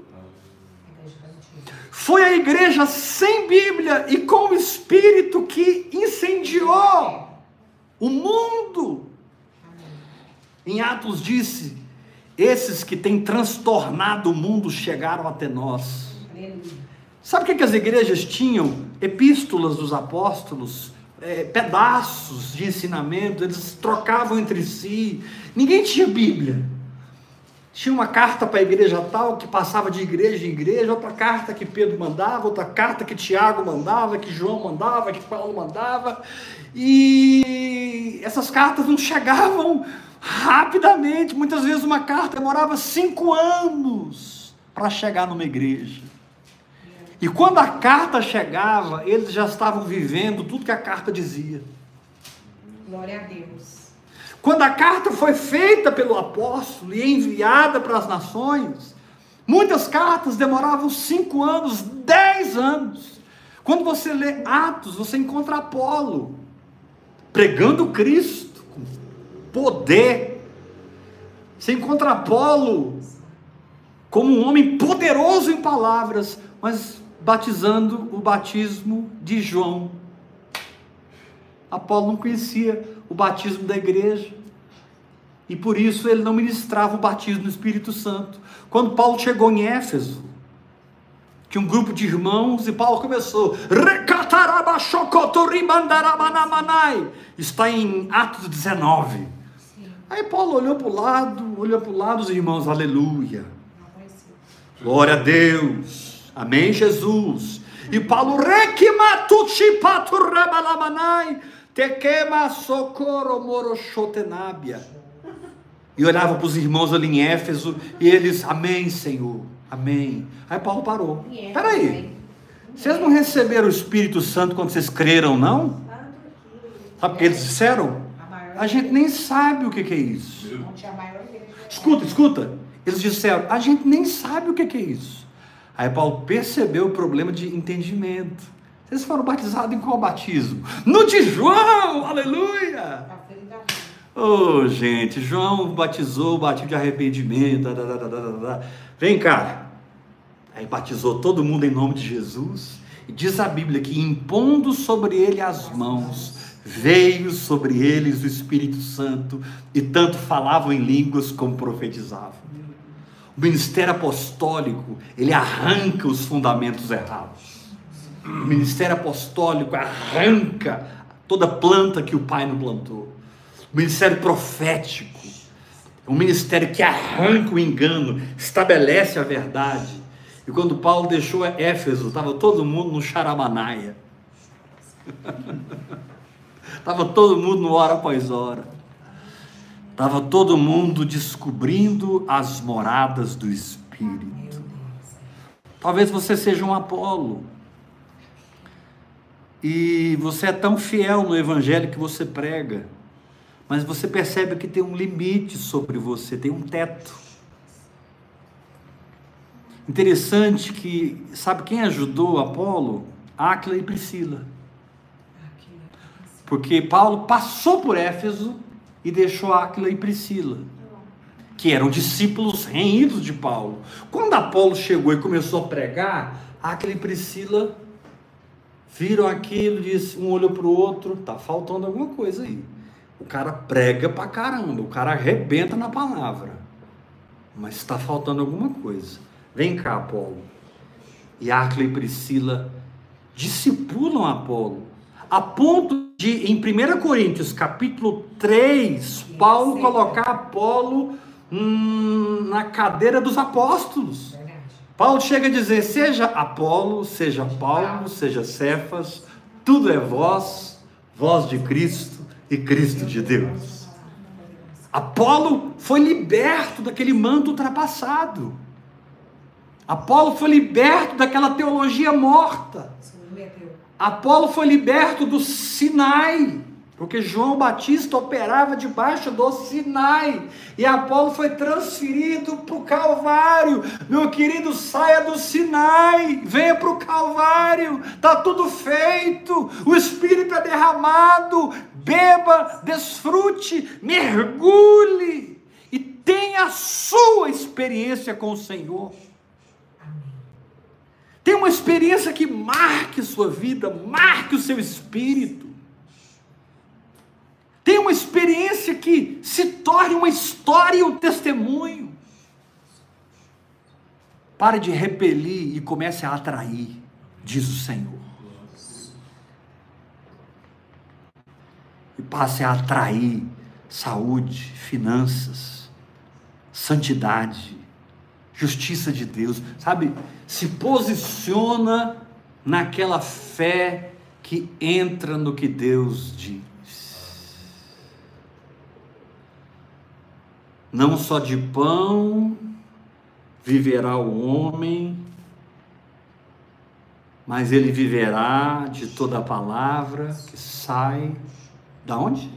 Foi a igreja sem Bíblia e com o Espírito que incendiou o mundo. Em Atos disse: esses que têm transtornado o mundo chegaram até nós. Sabe o que as igrejas tinham? epístolas dos apóstolos, é, pedaços de ensinamento, eles trocavam entre si. Ninguém tinha Bíblia. Tinha uma carta para a igreja tal, que passava de igreja em igreja, outra carta que Pedro mandava, outra carta que Tiago mandava, que João mandava, que Paulo mandava, e essas cartas não chegavam rapidamente. Muitas vezes uma carta demorava cinco anos para chegar numa igreja. E quando a carta chegava, eles já estavam vivendo tudo que a carta dizia. Glória a Deus. Quando a carta foi feita pelo apóstolo e enviada para as nações, muitas cartas demoravam cinco anos, dez anos. Quando você lê Atos, você encontra Apolo pregando Cristo com poder. Você encontra Apolo como um homem poderoso em palavras, mas batizando o batismo de João. Apolo não conhecia o batismo da igreja, e por isso ele não ministrava o batismo do Espírito Santo. Quando Paulo chegou em Éfeso, tinha um grupo de irmãos, e Paulo começou, está em Atos dezenove. Sim. Aí Paulo olhou para o lado, olhou para o lado, os irmãos, aleluia, glória a Deus, amém, Jesus. E Paulo, e olhava para os irmãos ali em Éfeso, e eles, amém, Senhor, amém. Aí Paulo parou. Espera aí, vocês não receberam o Espírito Santo quando vocês creram, não? Sabe o que eles disseram? A gente nem sabe o que é isso. Escuta, escuta. Eles disseram, a gente nem sabe o que é isso. Aí Paulo percebeu o problema de entendimento. Vocês foram batizados em qual batismo? No de João, aleluia! Oh, gente, João batizou o batismo de arrependimento. Da, da, da, da, da. Vem cá. Aí batizou todo mundo em nome de Jesus. E diz a Bíblia que impondo sobre ele as mãos, veio sobre eles o Espírito Santo, e tanto falavam em línguas como profetizavam. O ministério apostólico, ele arranca os fundamentos errados. O ministério apostólico arranca toda planta que o Pai não plantou. O ministério profético, um ministério que arranca o engano, estabelece a verdade. E quando Paulo deixou Éfeso, estava todo mundo no Charamanaia. Estava todo mundo no hora após hora. Estava todo mundo descobrindo as moradas do Espírito. Talvez você seja um Apolo. E você é tão fiel no evangelho que você prega, mas você percebe que tem um limite sobre você, tem um teto. Interessante que, sabe quem ajudou Apolo? Áquila e Priscila. Porque Paulo passou por Éfeso e deixou Áquila e Priscila, que eram discípulos remidos de Paulo. Quando Apolo chegou e começou a pregar, Áquila e Priscila viram aquilo, disse, um olhou para o outro, tá faltando alguma coisa aí. O cara prega pra caramba, o cara arrebenta na palavra, mas está faltando alguma coisa. Vem cá, Apolo. E Áquila e Priscila discipulam Apolo, a ponto de, em primeira Coríntios, capítulo três, Paulo colocar Apolo hum, na cadeira dos apóstolos. Paulo chega a dizer, seja Apolo, seja Paulo, seja Cefas, tudo é vós, vós de Cristo, e Cristo de Deus. Apolo foi liberto daquele manto ultrapassado. Apolo foi liberto daquela teologia morta. Apolo foi liberto do Sinai, porque João Batista operava debaixo do Sinai, e Apolo foi transferido para o Calvário. Meu querido, saia do Sinai, venha para o Calvário, está tudo feito, o Espírito é derramado, beba, desfrute, mergulhe, e tenha a sua experiência com o Senhor. Tenha uma experiência que marque sua vida, marque o seu espírito. Tenha uma experiência que se torne uma história e um testemunho. Pare de repelir e comece a atrair, diz o Senhor. passe a atrair saúde, finanças, santidade, justiça de Deus, sabe? Se posiciona naquela fé que entra no que Deus diz. Não só de pão viverá o homem, mas ele viverá de toda a palavra que sai da onde?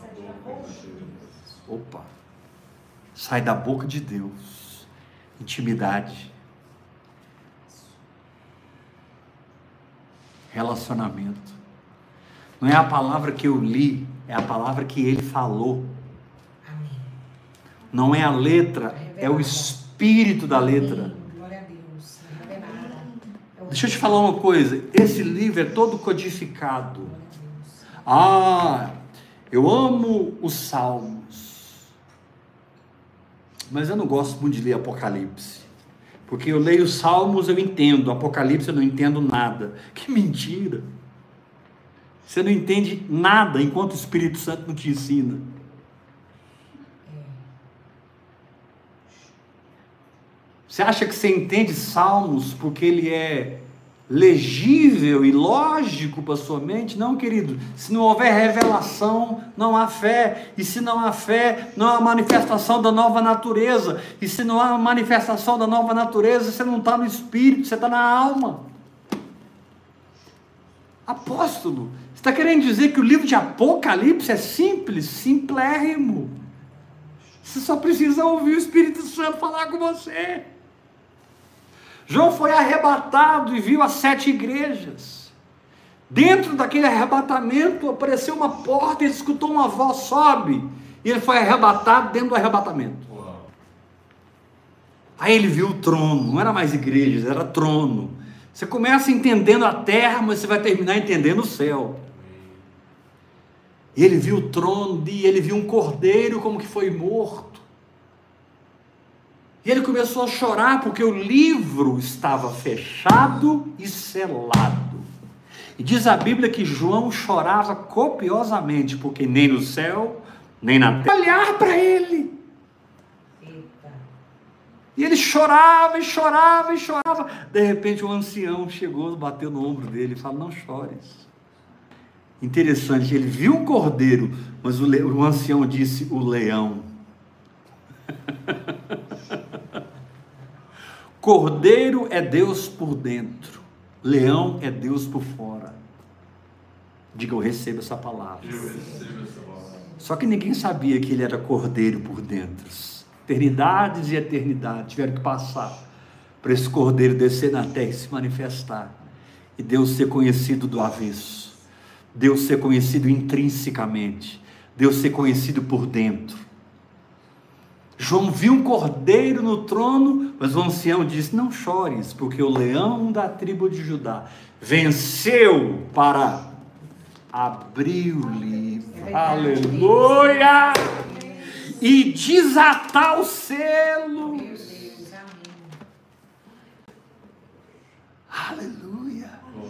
Opa! Sai da boca de Deus. Intimidade. Relacionamento. Não é a palavra que eu li, é a palavra que ele falou. Não é a letra, é o espírito da letra. Glória a Deus. Não é nada. Deixa eu te falar uma coisa, esse livro é todo codificado. Ah, eu amo os Salmos, mas eu não gosto muito de ler Apocalipse, porque eu leio os Salmos, eu entendo, Apocalipse eu não entendo nada. Que mentira! Você não entende nada enquanto o Espírito Santo não te ensina. Você acha que você entende Salmos porque ele é legível e lógico para a sua mente? Não, querido. Se não houver revelação, não há fé. E se não há fé, não há manifestação da nova natureza. E se não há manifestação da nova natureza, você não está no espírito, você está na alma. Apóstolo, você está querendo dizer que o livro de Apocalipse é simples? Simplérrimo. Você só precisa ouvir o Espírito Santo falar com você. João foi arrebatado e viu as sete igrejas. Dentro daquele arrebatamento apareceu uma porta e ele escutou uma voz: sobe. E ele foi arrebatado dentro do arrebatamento. Uau. Aí ele viu o trono, não era mais igrejas, era trono. Você começa entendendo a terra, mas você vai terminar entendendo o céu. E ele viu o trono e ele viu um cordeiro como que foi morto. E ele começou a chorar porque o livro estava fechado e selado. E diz a Bíblia que João chorava copiosamente, porque nem no céu, nem na terra, olhar para ele. Eita. E ele chorava e chorava e chorava. De repente um ancião chegou, bateu no ombro dele e falou: não chores. Interessante, ele viu um cordeiro, mas o, le... o ancião disse: o leão. Cordeiro é Deus por dentro, leão é Deus por fora. Diga: eu recebo essa palavra. Eu recebo essa palavra. Só que ninguém sabia que ele era cordeiro por dentro. Eternidades e eternidades tiveram que passar para esse cordeiro descer na terra e se manifestar, e Deus ser conhecido do avesso, Deus ser conhecido intrinsecamente, Deus ser conhecido por dentro. João viu um cordeiro no trono, mas o ancião disse: não chores, porque o leão da tribo de Judá venceu para abrir o livro, aleluia, e desatar os selos, aleluia.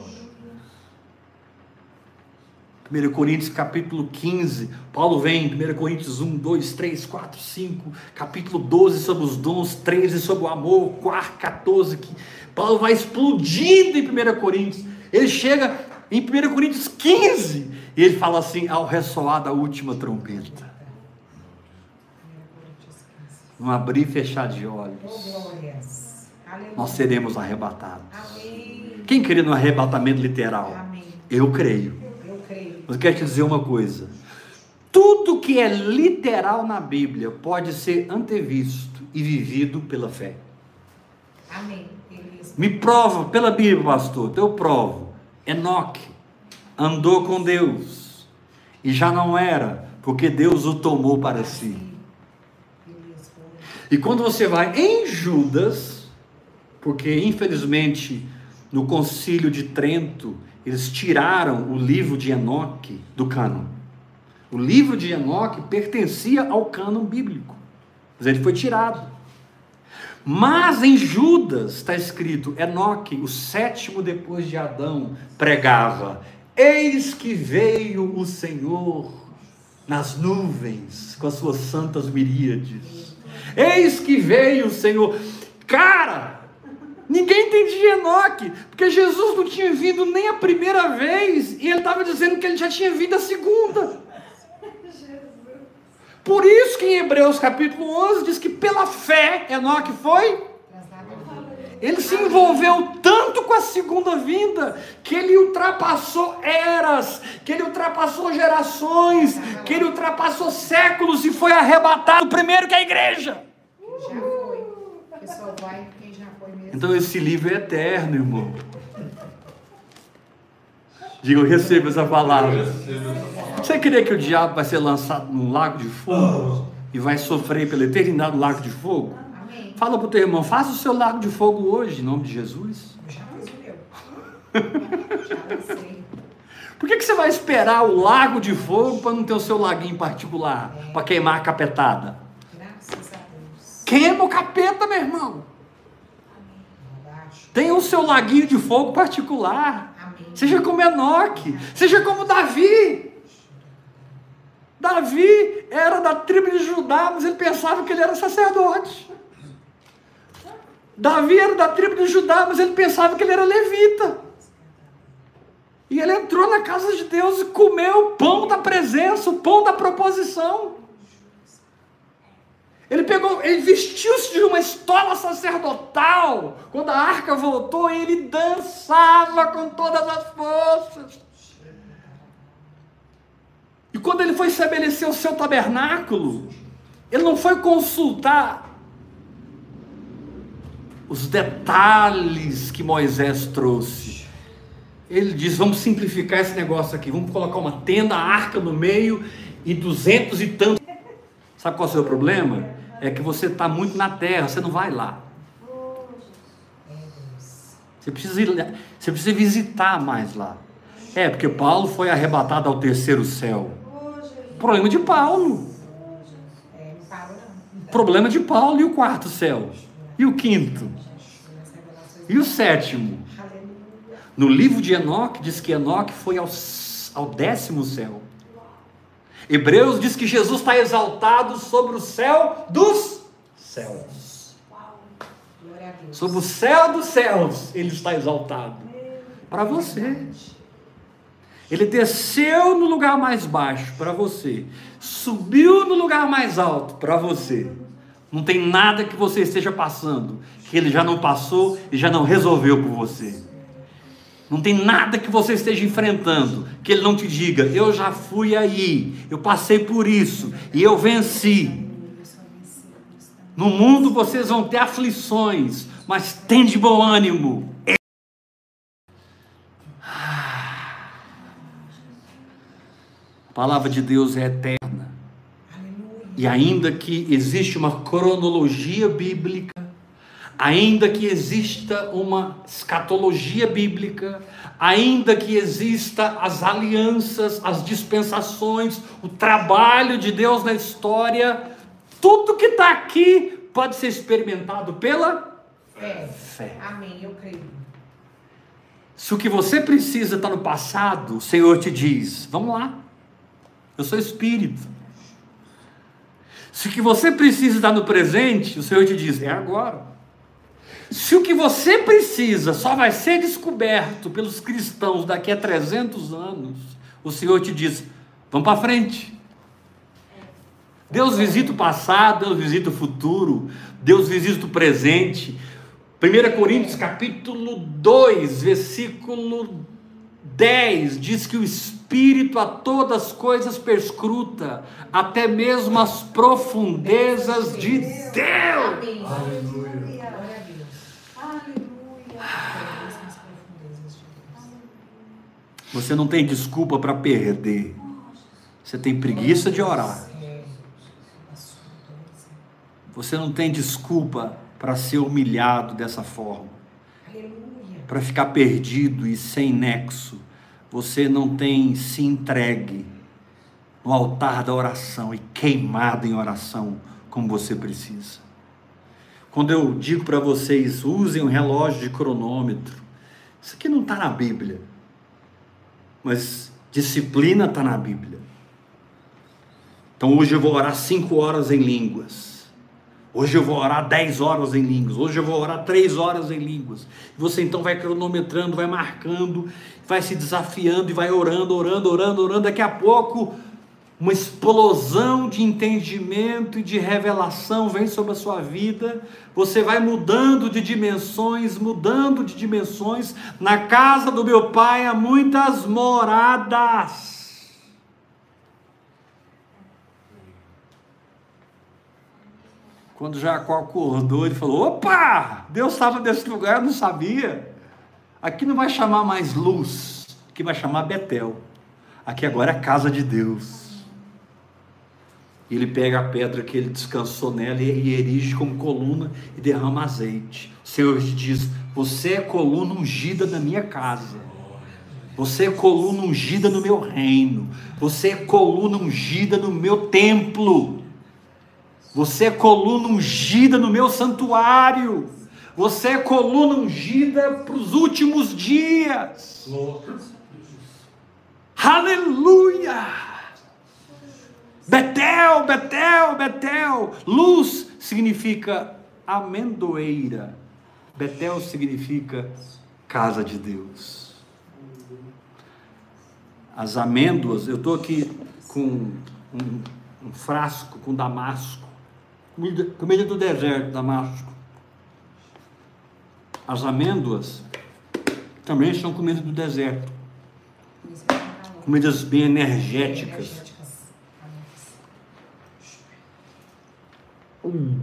primeira Coríntios capítulo quinze, Paulo vem em primeira Coríntios um, dois, três, quatro, cinco, capítulo doze sobre os dons, treze sobre o amor, quatro, quatorze, que Paulo vai explodindo em primeira Coríntios, ele chega em primeira Coríntios quinze, e ele fala assim: ao ressoar da última trombeta, no abrir e fechar de olhos, nós seremos arrebatados. Quem crê no arrebatamento literal? Eu creio. Mas eu quero te dizer uma coisa: tudo que é literal na Bíblia pode ser antevisto e vivido pela fé. Amém. Me prova pela Bíblia, pastor. Eu provo. Enoque andou com Deus e já não era, porque Deus o tomou para si. E quando você vai em Judas, porque infelizmente no concílio de Trento eles tiraram o livro de Enoque do cânon. O livro de Enoque pertencia ao cânon bíblico, mas ele foi tirado. Mas em Judas está escrito: Enoque, o sétimo depois de Adão, pregava: eis que veio o Senhor nas nuvens, com as suas santas miríades. Eis que veio o Senhor. Cara, ninguém entendia Enoque, porque Jesus não tinha vindo nem a primeira vez, e ele estava dizendo que ele já tinha vindo a segunda. Por isso que em Hebreus capítulo onze diz que pela fé Enoque foi. Ele se envolveu tanto com a segunda vinda, que ele ultrapassou eras, que ele ultrapassou gerações, que ele ultrapassou séculos e foi arrebatado primeiro que a igreja. Já foi. O pessoal vai quem já foi mesmo. Então esse livro é eterno, irmão. Diga, eu recebo essa palavra. Você crê que o diabo vai ser lançado num lago de fogo e vai sofrer pela eternidade no lago de fogo? Amém. Fala para o teu irmão, faça o seu lago de fogo hoje, em nome de Jesus. Eu já fiz o meu. Já lancei. Por que, que você vai esperar o lago de fogo para não ter o seu laguinho particular, para queimar a capetada? Graças a Deus. Queima o capeta, meu irmão. Abaixo. Tenha o seu laguinho de fogo particular. Amém. Seja como Enoque, seja como Davi. Davi era da tribo de Judá, mas ele pensava que ele era sacerdote. Davi era da tribo de Judá, mas ele pensava que ele era levita. E ele entrou na casa de Deus e comeu o pão da presença, o pão da proposição. Ele pegou, ele vestiu-se de uma estola sacerdotal. Quando a arca voltou, ele dançava com todas as forças. E quando ele foi estabelecer o seu tabernáculo, ele não foi consultar os detalhes que Moisés trouxe. Ele diz, vamos simplificar esse negócio aqui, vamos colocar uma tenda, a arca no meio e duzentos e tantos. Sabe qual é o seu problema? É que você está muito na terra, você não vai lá. Você precisa ir, você precisa visitar mais lá. É, porque Paulo foi arrebatado ao terceiro céu. Problema de Paulo. É, não parou não. Problema de Paulo. E o quarto céu? E o quinto? E o sétimo? No livro de Enoque diz que Enoque foi ao, ao décimo céu. Hebreus diz que Jesus está exaltado sobre o céu dos céus. Glória a Deus. Sobre o céu dos céus ele está exaltado. Para você. Ele desceu no lugar mais baixo para você. Subiu no lugar mais alto para você. Não tem nada que você esteja passando que ele já não passou e já não resolveu por você. Não tem nada que você esteja enfrentando que ele não te diga, eu já fui aí, eu passei por isso e eu venci. No mundo vocês vão ter aflições, mas tem de bom ânimo. A palavra de Deus é eterna. E ainda que existe uma cronologia bíblica, ainda que exista uma escatologia bíblica, ainda que exista as alianças, as dispensações, o trabalho de Deus na história, tudo que está aqui pode ser experimentado pela Fé. fé. Amém, eu creio. Se o que você precisa está no passado, o Senhor te diz, vamos lá, eu sou espírito. Se o que você precisa está no presente, o Senhor te diz, é agora. Se o que você precisa só vai ser descoberto pelos cristãos daqui a trezentos anos, o Senhor te diz, vamos para frente. Deus visita o passado, Deus visita o futuro, Deus visita o presente. primeira Coríntios capítulo dois, versículo dez, diz que o Espírito a todas as coisas perscruta, até mesmo as profundezas de Deus. Amém. Aleluia. Glória a Deus. Aleluia. Você não tem desculpa para perder. Você tem preguiça de orar. Você não tem desculpa para ser humilhado dessa forma, para ficar perdido e sem nexo. Você não tem se entregue no altar da oração e queimado em oração como você precisa. Quando eu digo para vocês, usem um relógio de cronômetro, isso aqui não está na Bíblia, mas disciplina está na Bíblia. Então hoje eu vou orar cinco horas em línguas. Hoje eu vou orar dez horas em línguas. Hoje eu vou orar três horas em línguas. Você então vai cronometrando, vai marcando, vai se desafiando e vai orando, orando, orando, orando. Daqui a pouco, uma explosão de entendimento e de revelação vem sobre a sua vida. Você vai mudando de dimensões, mudando de dimensões. Na casa do meu pai há muitas moradas. Quando Jacó acordou, ele falou: opa, Deus estava nesse lugar, eu não sabia. Aqui não vai chamar mais Luz, aqui vai chamar Betel. Aqui agora é a casa de Deus. E ele pega a pedra que ele descansou nela e erige como coluna e derrama azeite. O Senhor te diz: você é coluna ungida na minha casa. Você é coluna ungida no meu reino. Você é coluna ungida no meu templo. Você é coluna ungida no meu santuário. Você é coluna ungida para os últimos dias. Aleluia! Betel, Betel, Betel. Luz significa amendoeira. Betel significa casa de Deus. As amêndoas, eu estou aqui com um, um frasco com damasco. Comida, comida do deserto, damasco. As amêndoas também são comidas do deserto. Comidas bem energéticas. Hum.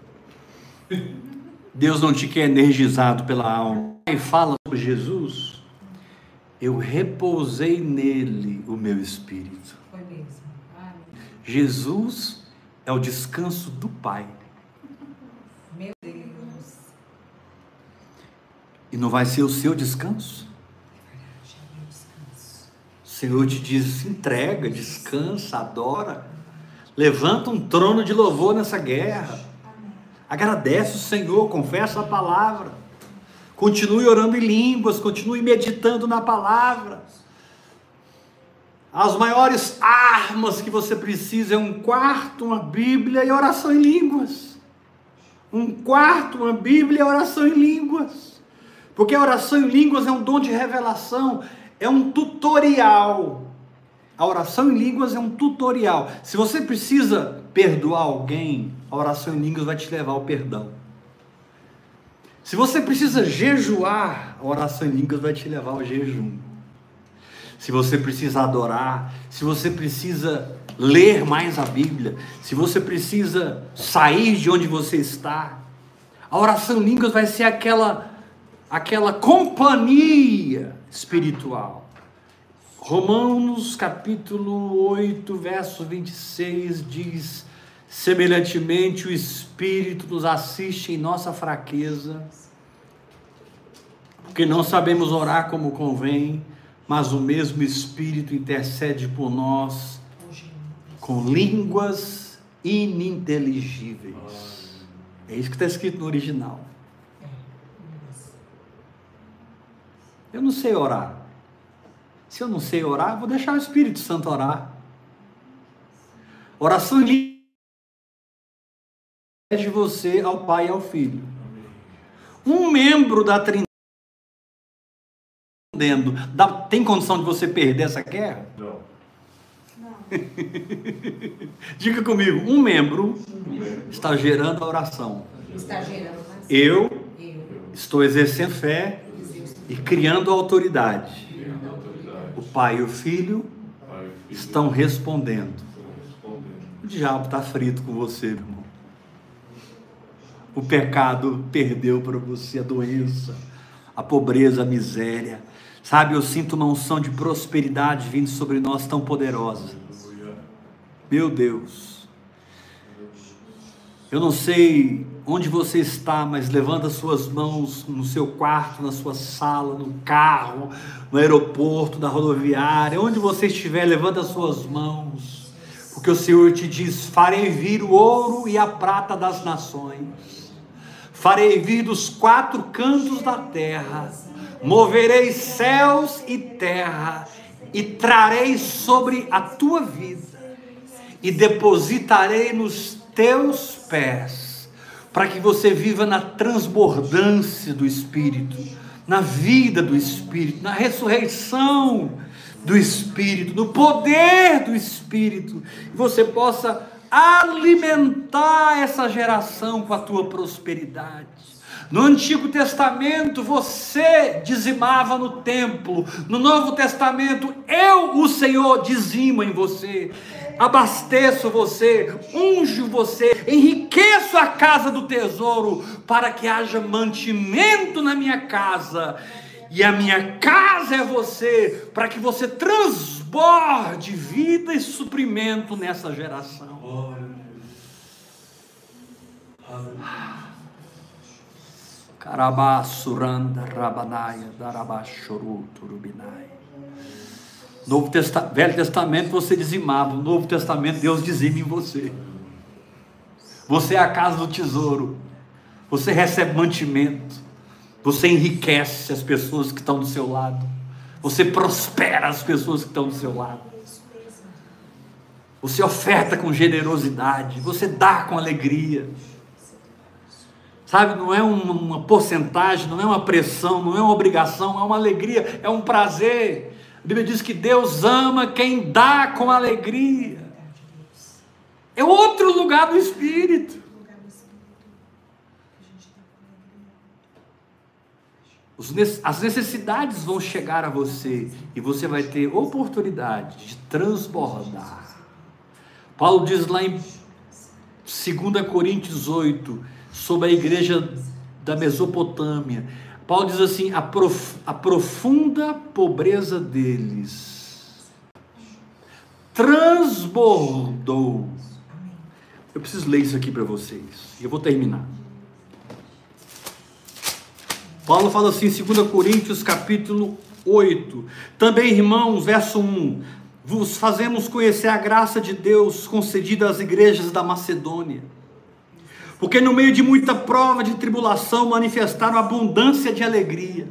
Deus não te quer energizado pela alma. E fala sobre Jesus: eu repousei nele o meu espírito. Foi mesmo. Ai, Jesus é o descanso do Pai. meu Deus. E não vai ser o seu descanso? O Senhor te diz: entrega, descansa, adora. Levanta um trono de louvor nessa guerra. Agradece o Senhor, confessa a palavra. Continue orando em línguas, continue meditando na palavra. As maiores armas que você precisa é um quarto, uma Bíblia e oração em línguas. Um quarto, uma Bíblia e oração em línguas. Porque a oração em línguas é um dom de revelação, é um tutorial. A oração em línguas é um tutorial. Se você precisa perdoar alguém, a oração em línguas vai te levar ao perdão. Se você precisa jejuar, a oração em línguas vai te levar ao jejum. Se você precisa adorar, se você precisa ler mais a Bíblia, se você precisa sair de onde você está, a oração em línguas vai ser aquela, aquela companhia espiritual. Romanos capítulo oito, verso vinte e seis diz: semelhantemente o Espírito nos assiste em nossa fraqueza, porque não sabemos orar como convém, mas o mesmo Espírito intercede por nós com línguas ininteligíveis. É isso que está escrito no original. Eu não sei orar. Se eu não sei orar, vou deixar o Espírito Santo orar. Oração em línguas de você ao Pai e ao Filho. Um membro da Trindade dá, tem condição de você perder essa guerra? Não. Diga comigo, um membro está gerando a oração. Está gerando. Eu Eu. estou exercendo fé e criando autoridade. O Pai e o Filho estão respondendo. O diabo está frito com você, meu irmão. O pecado perdeu para você a doença, a pobreza, a miséria. Sabe, eu sinto uma unção de prosperidade vindo sobre nós tão poderosa. Meu Deus. Eu não sei onde você está, mas levanta suas mãos no seu quarto, na sua sala, no carro, no aeroporto, na rodoviária, onde você estiver, levanta suas mãos, porque o Senhor te diz: farei vir o ouro e a prata das nações, farei vir dos quatro cantos da terra, moverei céus e terra, e trarei sobre a tua vida, e depositarei nos teus pés, para que você viva na transbordância do Espírito, na vida do Espírito, na ressurreição do Espírito, no poder do Espírito, e você possa alimentar essa geração com a tua prosperidade. No Antigo Testamento você dizimava no templo, no Novo Testamento eu, o Senhor, dizimo em você, abasteço você, unjo você, enriqueço a casa do tesouro, para que haja mantimento na minha casa, e a minha casa é você, para que você transborde vida e suprimento nessa geração. Carabassuranda Rabanaya Darabashuru Turubinai. Novo Testamento, Velho Testamento você dizimava, no Novo Testamento Deus dizima em você. Você é a casa do tesouro, você recebe mantimento, você enriquece as pessoas que estão do seu lado, você prospera as pessoas que estão do seu lado, você oferta com generosidade, você dá com alegria. Sabe, não é uma, uma porcentagem, não é uma pressão, não é uma obrigação, é uma alegria, é um prazer. A Bíblia diz que Deus ama quem dá com alegria. É outro lugar do Espírito. As necessidades vão chegar a você e você vai ter oportunidade de transbordar. Paulo diz lá em dois Coríntios oito, sobre a igreja da Mesopotâmia, Paulo diz assim: a, prof, a profunda pobreza deles transbordou. Eu preciso ler isso aqui para vocês, e eu vou terminar. Paulo fala assim em dois Coríntios capítulo oito, também, irmãos, verso um, vos fazemos conhecer a graça de Deus concedida às igrejas da Macedônia, porque no meio de muita prova de tribulação manifestaram abundância de alegria,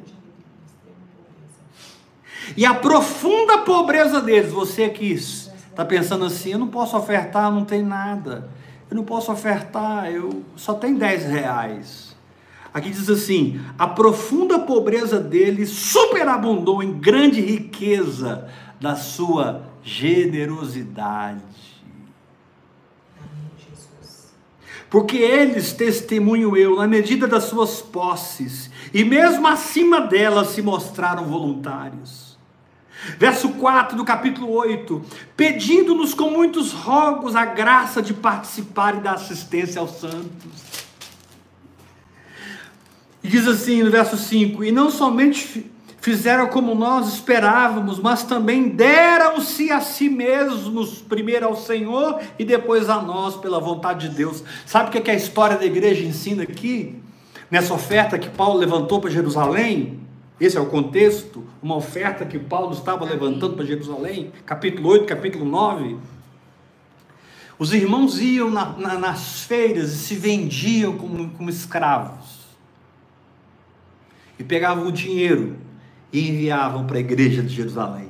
e a profunda pobreza deles. Você que está pensando assim: eu não posso ofertar, não tem nada, eu não posso ofertar, eu só tenho dez reais. Aqui diz assim: a profunda pobreza deles superabundou em grande riqueza da sua generosidade. Porque eles, testemunho eu, na medida das suas posses, e mesmo acima delas se mostraram voluntários. Verso quatro do capítulo oito, pedindo-nos com muitos rogos a graça de participar e dar assistência aos santos. E diz assim no verso cinco, e não somente fizeram como nós esperávamos, mas também deram-se a si mesmos, primeiro ao Senhor e depois a nós, pela vontade de Deus. Sabe o que, é que a história da igreja ensina aqui? Nessa oferta que Paulo levantou para Jerusalém, esse é o contexto, uma oferta que Paulo estava levantando para Jerusalém, capítulo oito, capítulo nove. Os irmãos iam na, na, nas feiras e se vendiam como, como escravos, e pegavam o dinheiro e enviavam para a igreja de Jerusalém.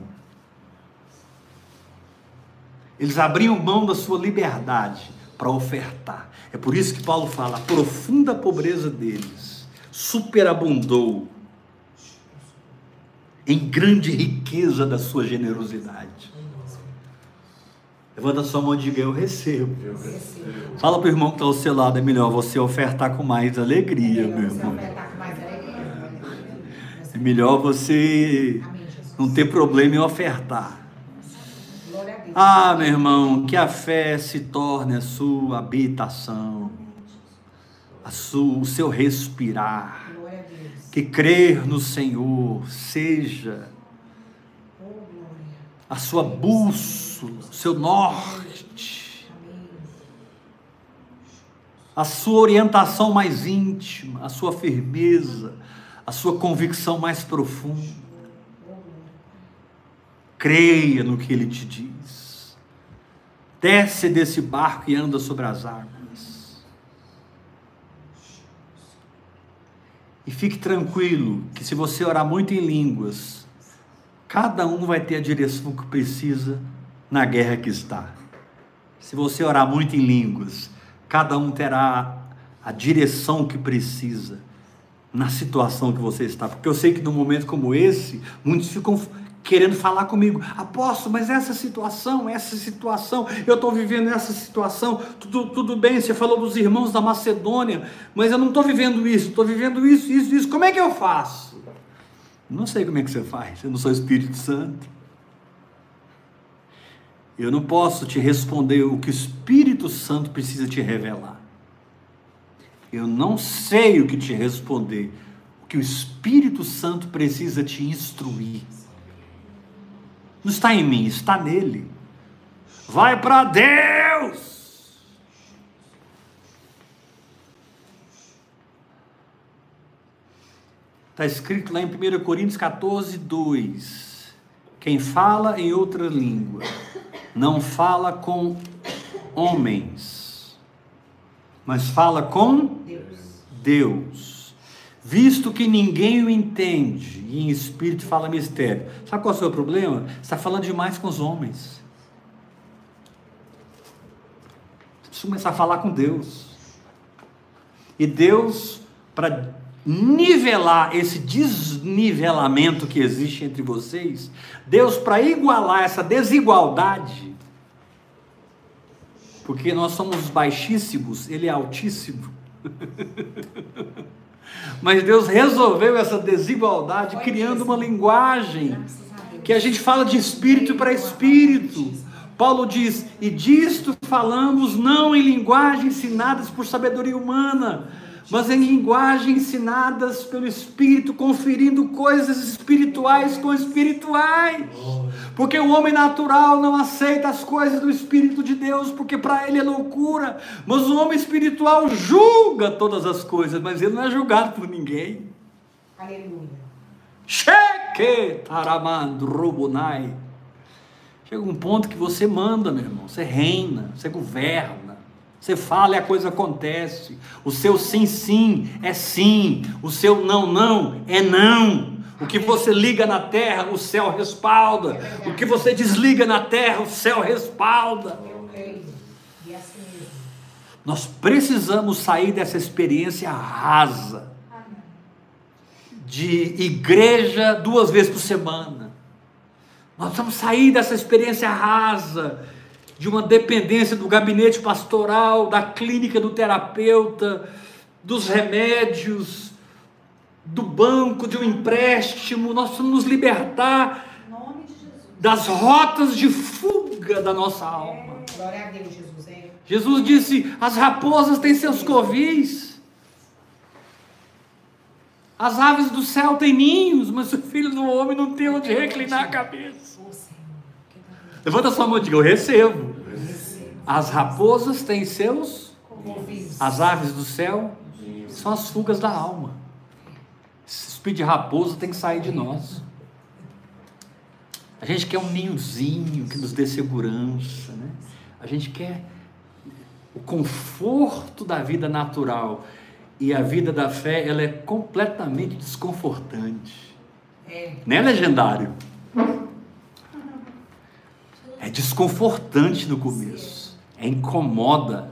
Eles abriam mão da sua liberdade para ofertar. É por isso que Paulo fala: a profunda pobreza deles superabundou em grande riqueza da sua generosidade. Levanta a sua mão e diga: eu recebo. Eu recebo. Fala para o irmão que está ao seu lado: é melhor você ofertar com mais alegria, é meu irmão. É melhor você não ter problema em ofertar. Ah, meu irmão, que a fé se torne a sua habitação, a sua, o seu respirar. Que crer no Senhor seja a sua bússola, o seu norte, a sua orientação mais íntima, a sua firmeza, a sua convicção mais profunda. Creia no que Ele te diz. Desce desse barco e anda sobre as águas. E fique tranquilo que se você orar muito em línguas, cada um vai ter a direção que precisa na guerra que está. Se você orar muito em línguas, cada um terá a direção que precisa na situação que você está. Porque eu sei que num momento como esse, muitos ficam querendo falar comigo: apóstolo, mas essa situação, essa situação, eu estou vivendo essa situação, tudo, tudo bem, você falou dos irmãos da Macedônia, mas eu não estou vivendo isso, estou vivendo isso, isso, isso, como é que eu faço? Não sei como é que você faz, eu não sou Espírito Santo. Eu não posso te responder o que o Espírito Santo precisa te revelar. Eu não sei o que te responder, o que o Espírito Santo precisa te instruir. Não está em mim, está nele. Vai para Deus. Está escrito lá em primeira Coríntios catorze, dois. Quem fala em outra língua não fala com homens, mas fala com Deus. Deus. Visto que ninguém o entende, e em espírito fala mistério. Sabe qual é o seu problema? Você está falando demais com os homens. Você precisa começar a falar com Deus. E Deus, para nivelar esse desnivelamento que existe entre vocês, Deus, para igualar essa desigualdade, porque nós somos baixíssimos, Ele é altíssimo. Mas Deus resolveu essa desigualdade criando uma linguagem que a gente fala de espírito para espírito. Paulo diz: e disto falamos não em linguagem ensinadas por sabedoria humana, mas em linguagem ensinadas pelo Espírito, conferindo coisas espirituais com espirituais. Porque o homem natural não aceita as coisas do Espírito de Deus, porque para ele é loucura. Mas o homem espiritual julga todas as coisas, mas ele não é julgado por ninguém. Aleluia. Cheque taramando robunai. Chega um ponto que você manda, meu irmão. Você reina, você governa. Você fala e a coisa acontece. O seu sim, sim é sim. O seu não, não é não. O que você liga na terra, o céu respalda. O que você desliga na terra, o céu respalda. Nós precisamos sair dessa experiência rasa de igreja duas vezes por semana. Nós precisamos sair dessa experiência rasa de uma dependência do gabinete pastoral, da clínica do terapeuta, dos remédios, do banco, de um empréstimo. Nós precisamos nos libertar das rotas de fuga da nossa alma. Glória a Deus, Jesus. É. Jesus disse: as raposas têm seus covis, as aves do céu têm ninhos, mas o filho do homem não tem onde reclinar a cabeça. Levanta sua mão e diga: eu recebo. As raposas têm seus, as aves do céu são as fugas da alma. Esse espírito de raposa tem que sair de nós. A gente quer um ninhozinho que nos dê segurança, né? A gente quer o conforto da vida natural, e a vida da fé, ela é completamente desconfortante. É. Né, legendário? É desconfortante no começo, é incomoda,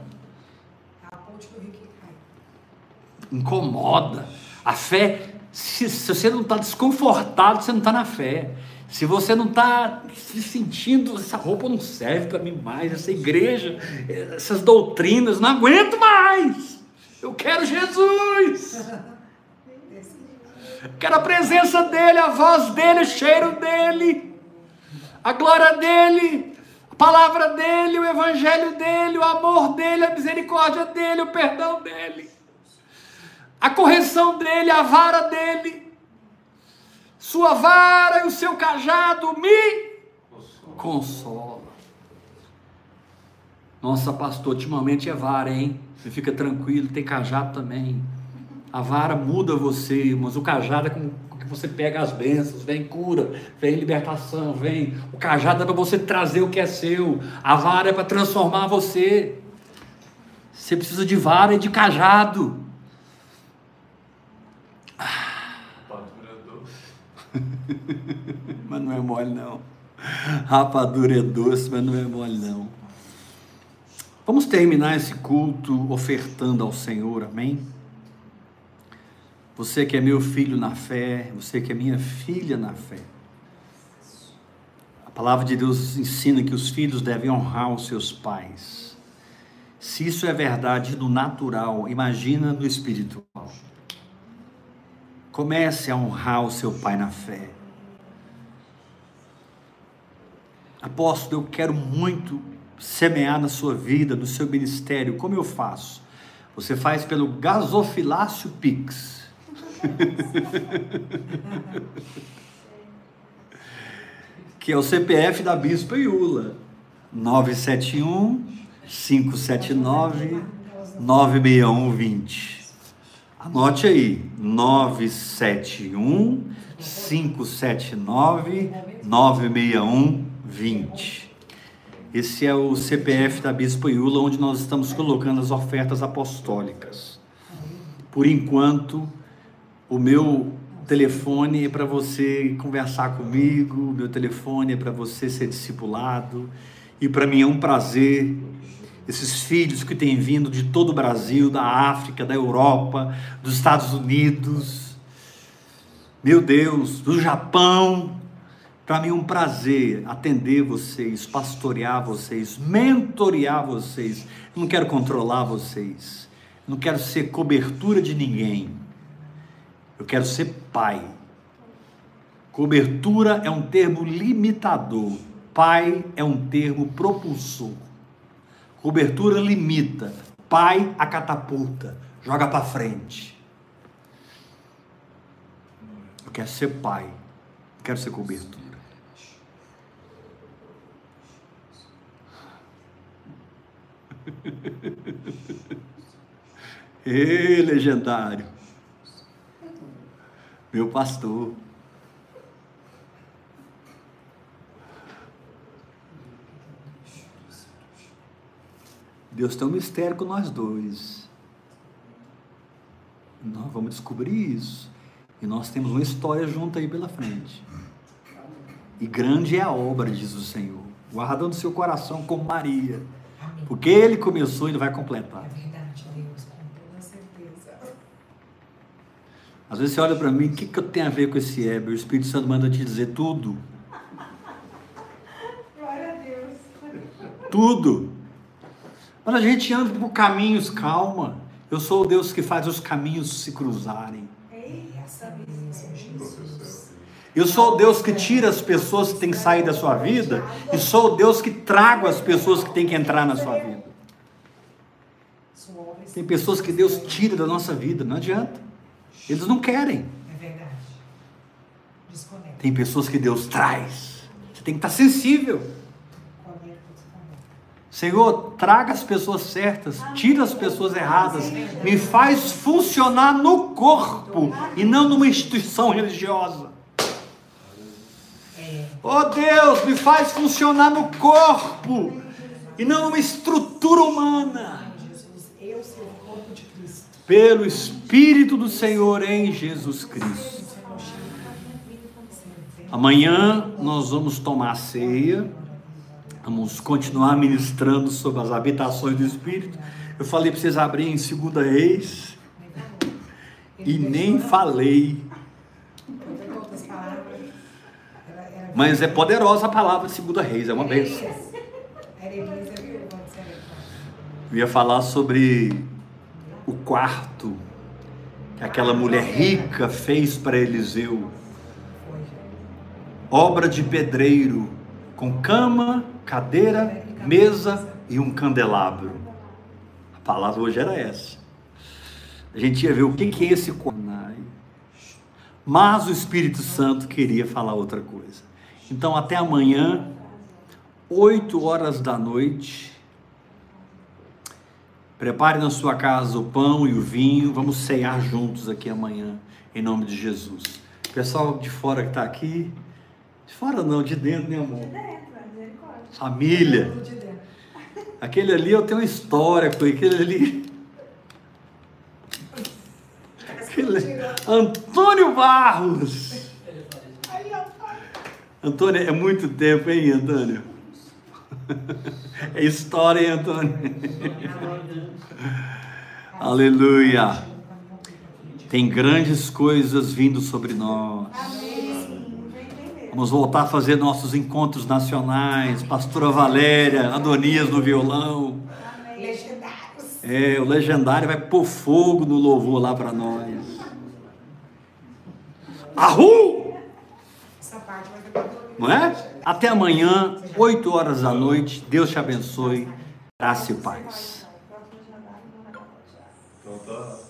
incomoda. A fé, se, se você não está desconfortado, você não está na fé. Se você não está se sentindo, essa roupa não serve para mim mais, essa igreja, essas doutrinas, não aguento mais, eu quero Jesus, quero a presença dele, a voz dele, o cheiro dele, a glória dele, a palavra dele, o evangelho dele, o amor dele, a misericórdia dele, o perdão dele, a correção dele, a vara dele. Sua vara e o seu cajado me consola. Nossa, pastor, ultimamente é vara, hein? Você fica tranquilo, tem cajado também. A vara muda você, mas o cajado é com que você pega as bênçãos, vem cura, vem libertação, vem. O cajado é para você trazer o que é seu. A vara é para transformar você. Você precisa de vara e de cajado. Mas não é mole não. Rapadura é doce, mas não é mole não. Vamos terminar esse culto ofertando ao Senhor, amém? Você que é meu filho na fé, você que é minha filha na fé. A palavra de Deus ensina que os filhos devem honrar os seus pais. Se isso é verdade no natural, imagina no espiritual. Comece a honrar o seu pai na fé. Apóstolo, eu quero muito semear na sua vida, no seu ministério. Como eu faço? Você faz pelo Gasofilácio Pix. Que é o C P F da Bispa Iula. nove sete um, cinco sete nove, nove seis um dois zero. Anote aí, nove sete um, cinco sete nove, nove seis um dois zero. Esse é o C P F da Bispa Iula, onde nós estamos colocando as ofertas apostólicas. Por enquanto, o meu telefone é para você conversar comigo, o meu telefone é para você ser discipulado, e para mim é um prazer. Esses filhos que têm vindo de todo o Brasil, da África, da Europa, dos Estados Unidos, meu Deus, do Japão, para mim é um prazer atender vocês, pastorear vocês, mentorear vocês. Eu não quero controlar vocês, eu não quero ser cobertura de ninguém, eu quero ser pai. Cobertura é um termo limitador, pai é um termo propulsor. Cobertura limita, pai a catapulta, joga para frente. Eu quero ser pai, eu quero ser cobertura. Ê, legendário, meu pastor. Deus tem um mistério com nós dois. Nós vamos descobrir isso. E nós temos uma história junto aí pela frente. E grande é a obra, diz o Senhor. Guarda no seu coração como Maria. Porque Ele começou e Ele vai completar. É verdade, Deus, com toda certeza. Às vezes você olha para mim, o que, que eu tenho a ver com esse Heber? O Espírito Santo manda te dizer tudo. Glória a Deus. Tudo. Mas a gente anda por caminhos, calma. Eu sou o Deus que faz os caminhos se cruzarem. Essa mesmo, Jesus. Eu sou o Deus que tira as pessoas que têm que sair da sua vida, e sou o Deus que trago as pessoas que têm que entrar na sua vida. Tem pessoas que Deus tira da nossa vida, não adianta. Eles não querem. É verdade. Desconecta. Tem pessoas que Deus traz. Você tem que estar sensível. Senhor, traga as pessoas certas, tira as pessoas erradas, me faz funcionar no corpo e não numa instituição religiosa. Oh Deus, me faz funcionar no corpo e não numa estrutura humana. Eu sou o corpo de Cristo. Pelo Espírito do Senhor em Jesus Cristo. Amanhã nós vamos tomar a ceia. Vamos continuar ministrando sobre as habitações do Espírito. Eu falei para vocês abrirem em Segunda Reis e nem falei. Mas é poderosa a palavra de Segunda Reis, é uma bênção. Eu ia falar sobre o quarto que aquela mulher rica fez para Eliseu. Obra de pedreiro, com cama, cadeira, mesa e um candelabro. A palavra hoje era essa. A gente ia ver o que é esse quarto. Mas o Espírito Santo queria falar outra coisa. Então até amanhã, oito horas da noite. Prepare na sua casa o pão e o vinho. Vamos ceiar juntos aqui amanhã, em nome de Jesus. O pessoal de fora que está aqui, de fora não, de dentro, né, amor? Família. Aquele ali eu tenho uma história com aquele ali. Aquele... Antônio Barros. Antônio, é muito tempo, hein, Antônio? É história, hein, Antônio? Aleluia. Tem grandes coisas vindo sobre nós. Vamos voltar a fazer nossos encontros nacionais. Pastora Valéria, Adonias no violão. É, o legendário vai pôr fogo no louvor lá para nós. Arru! Não é? Até amanhã, oito horas da noite. Deus te abençoe. Graça e paz. Então tá.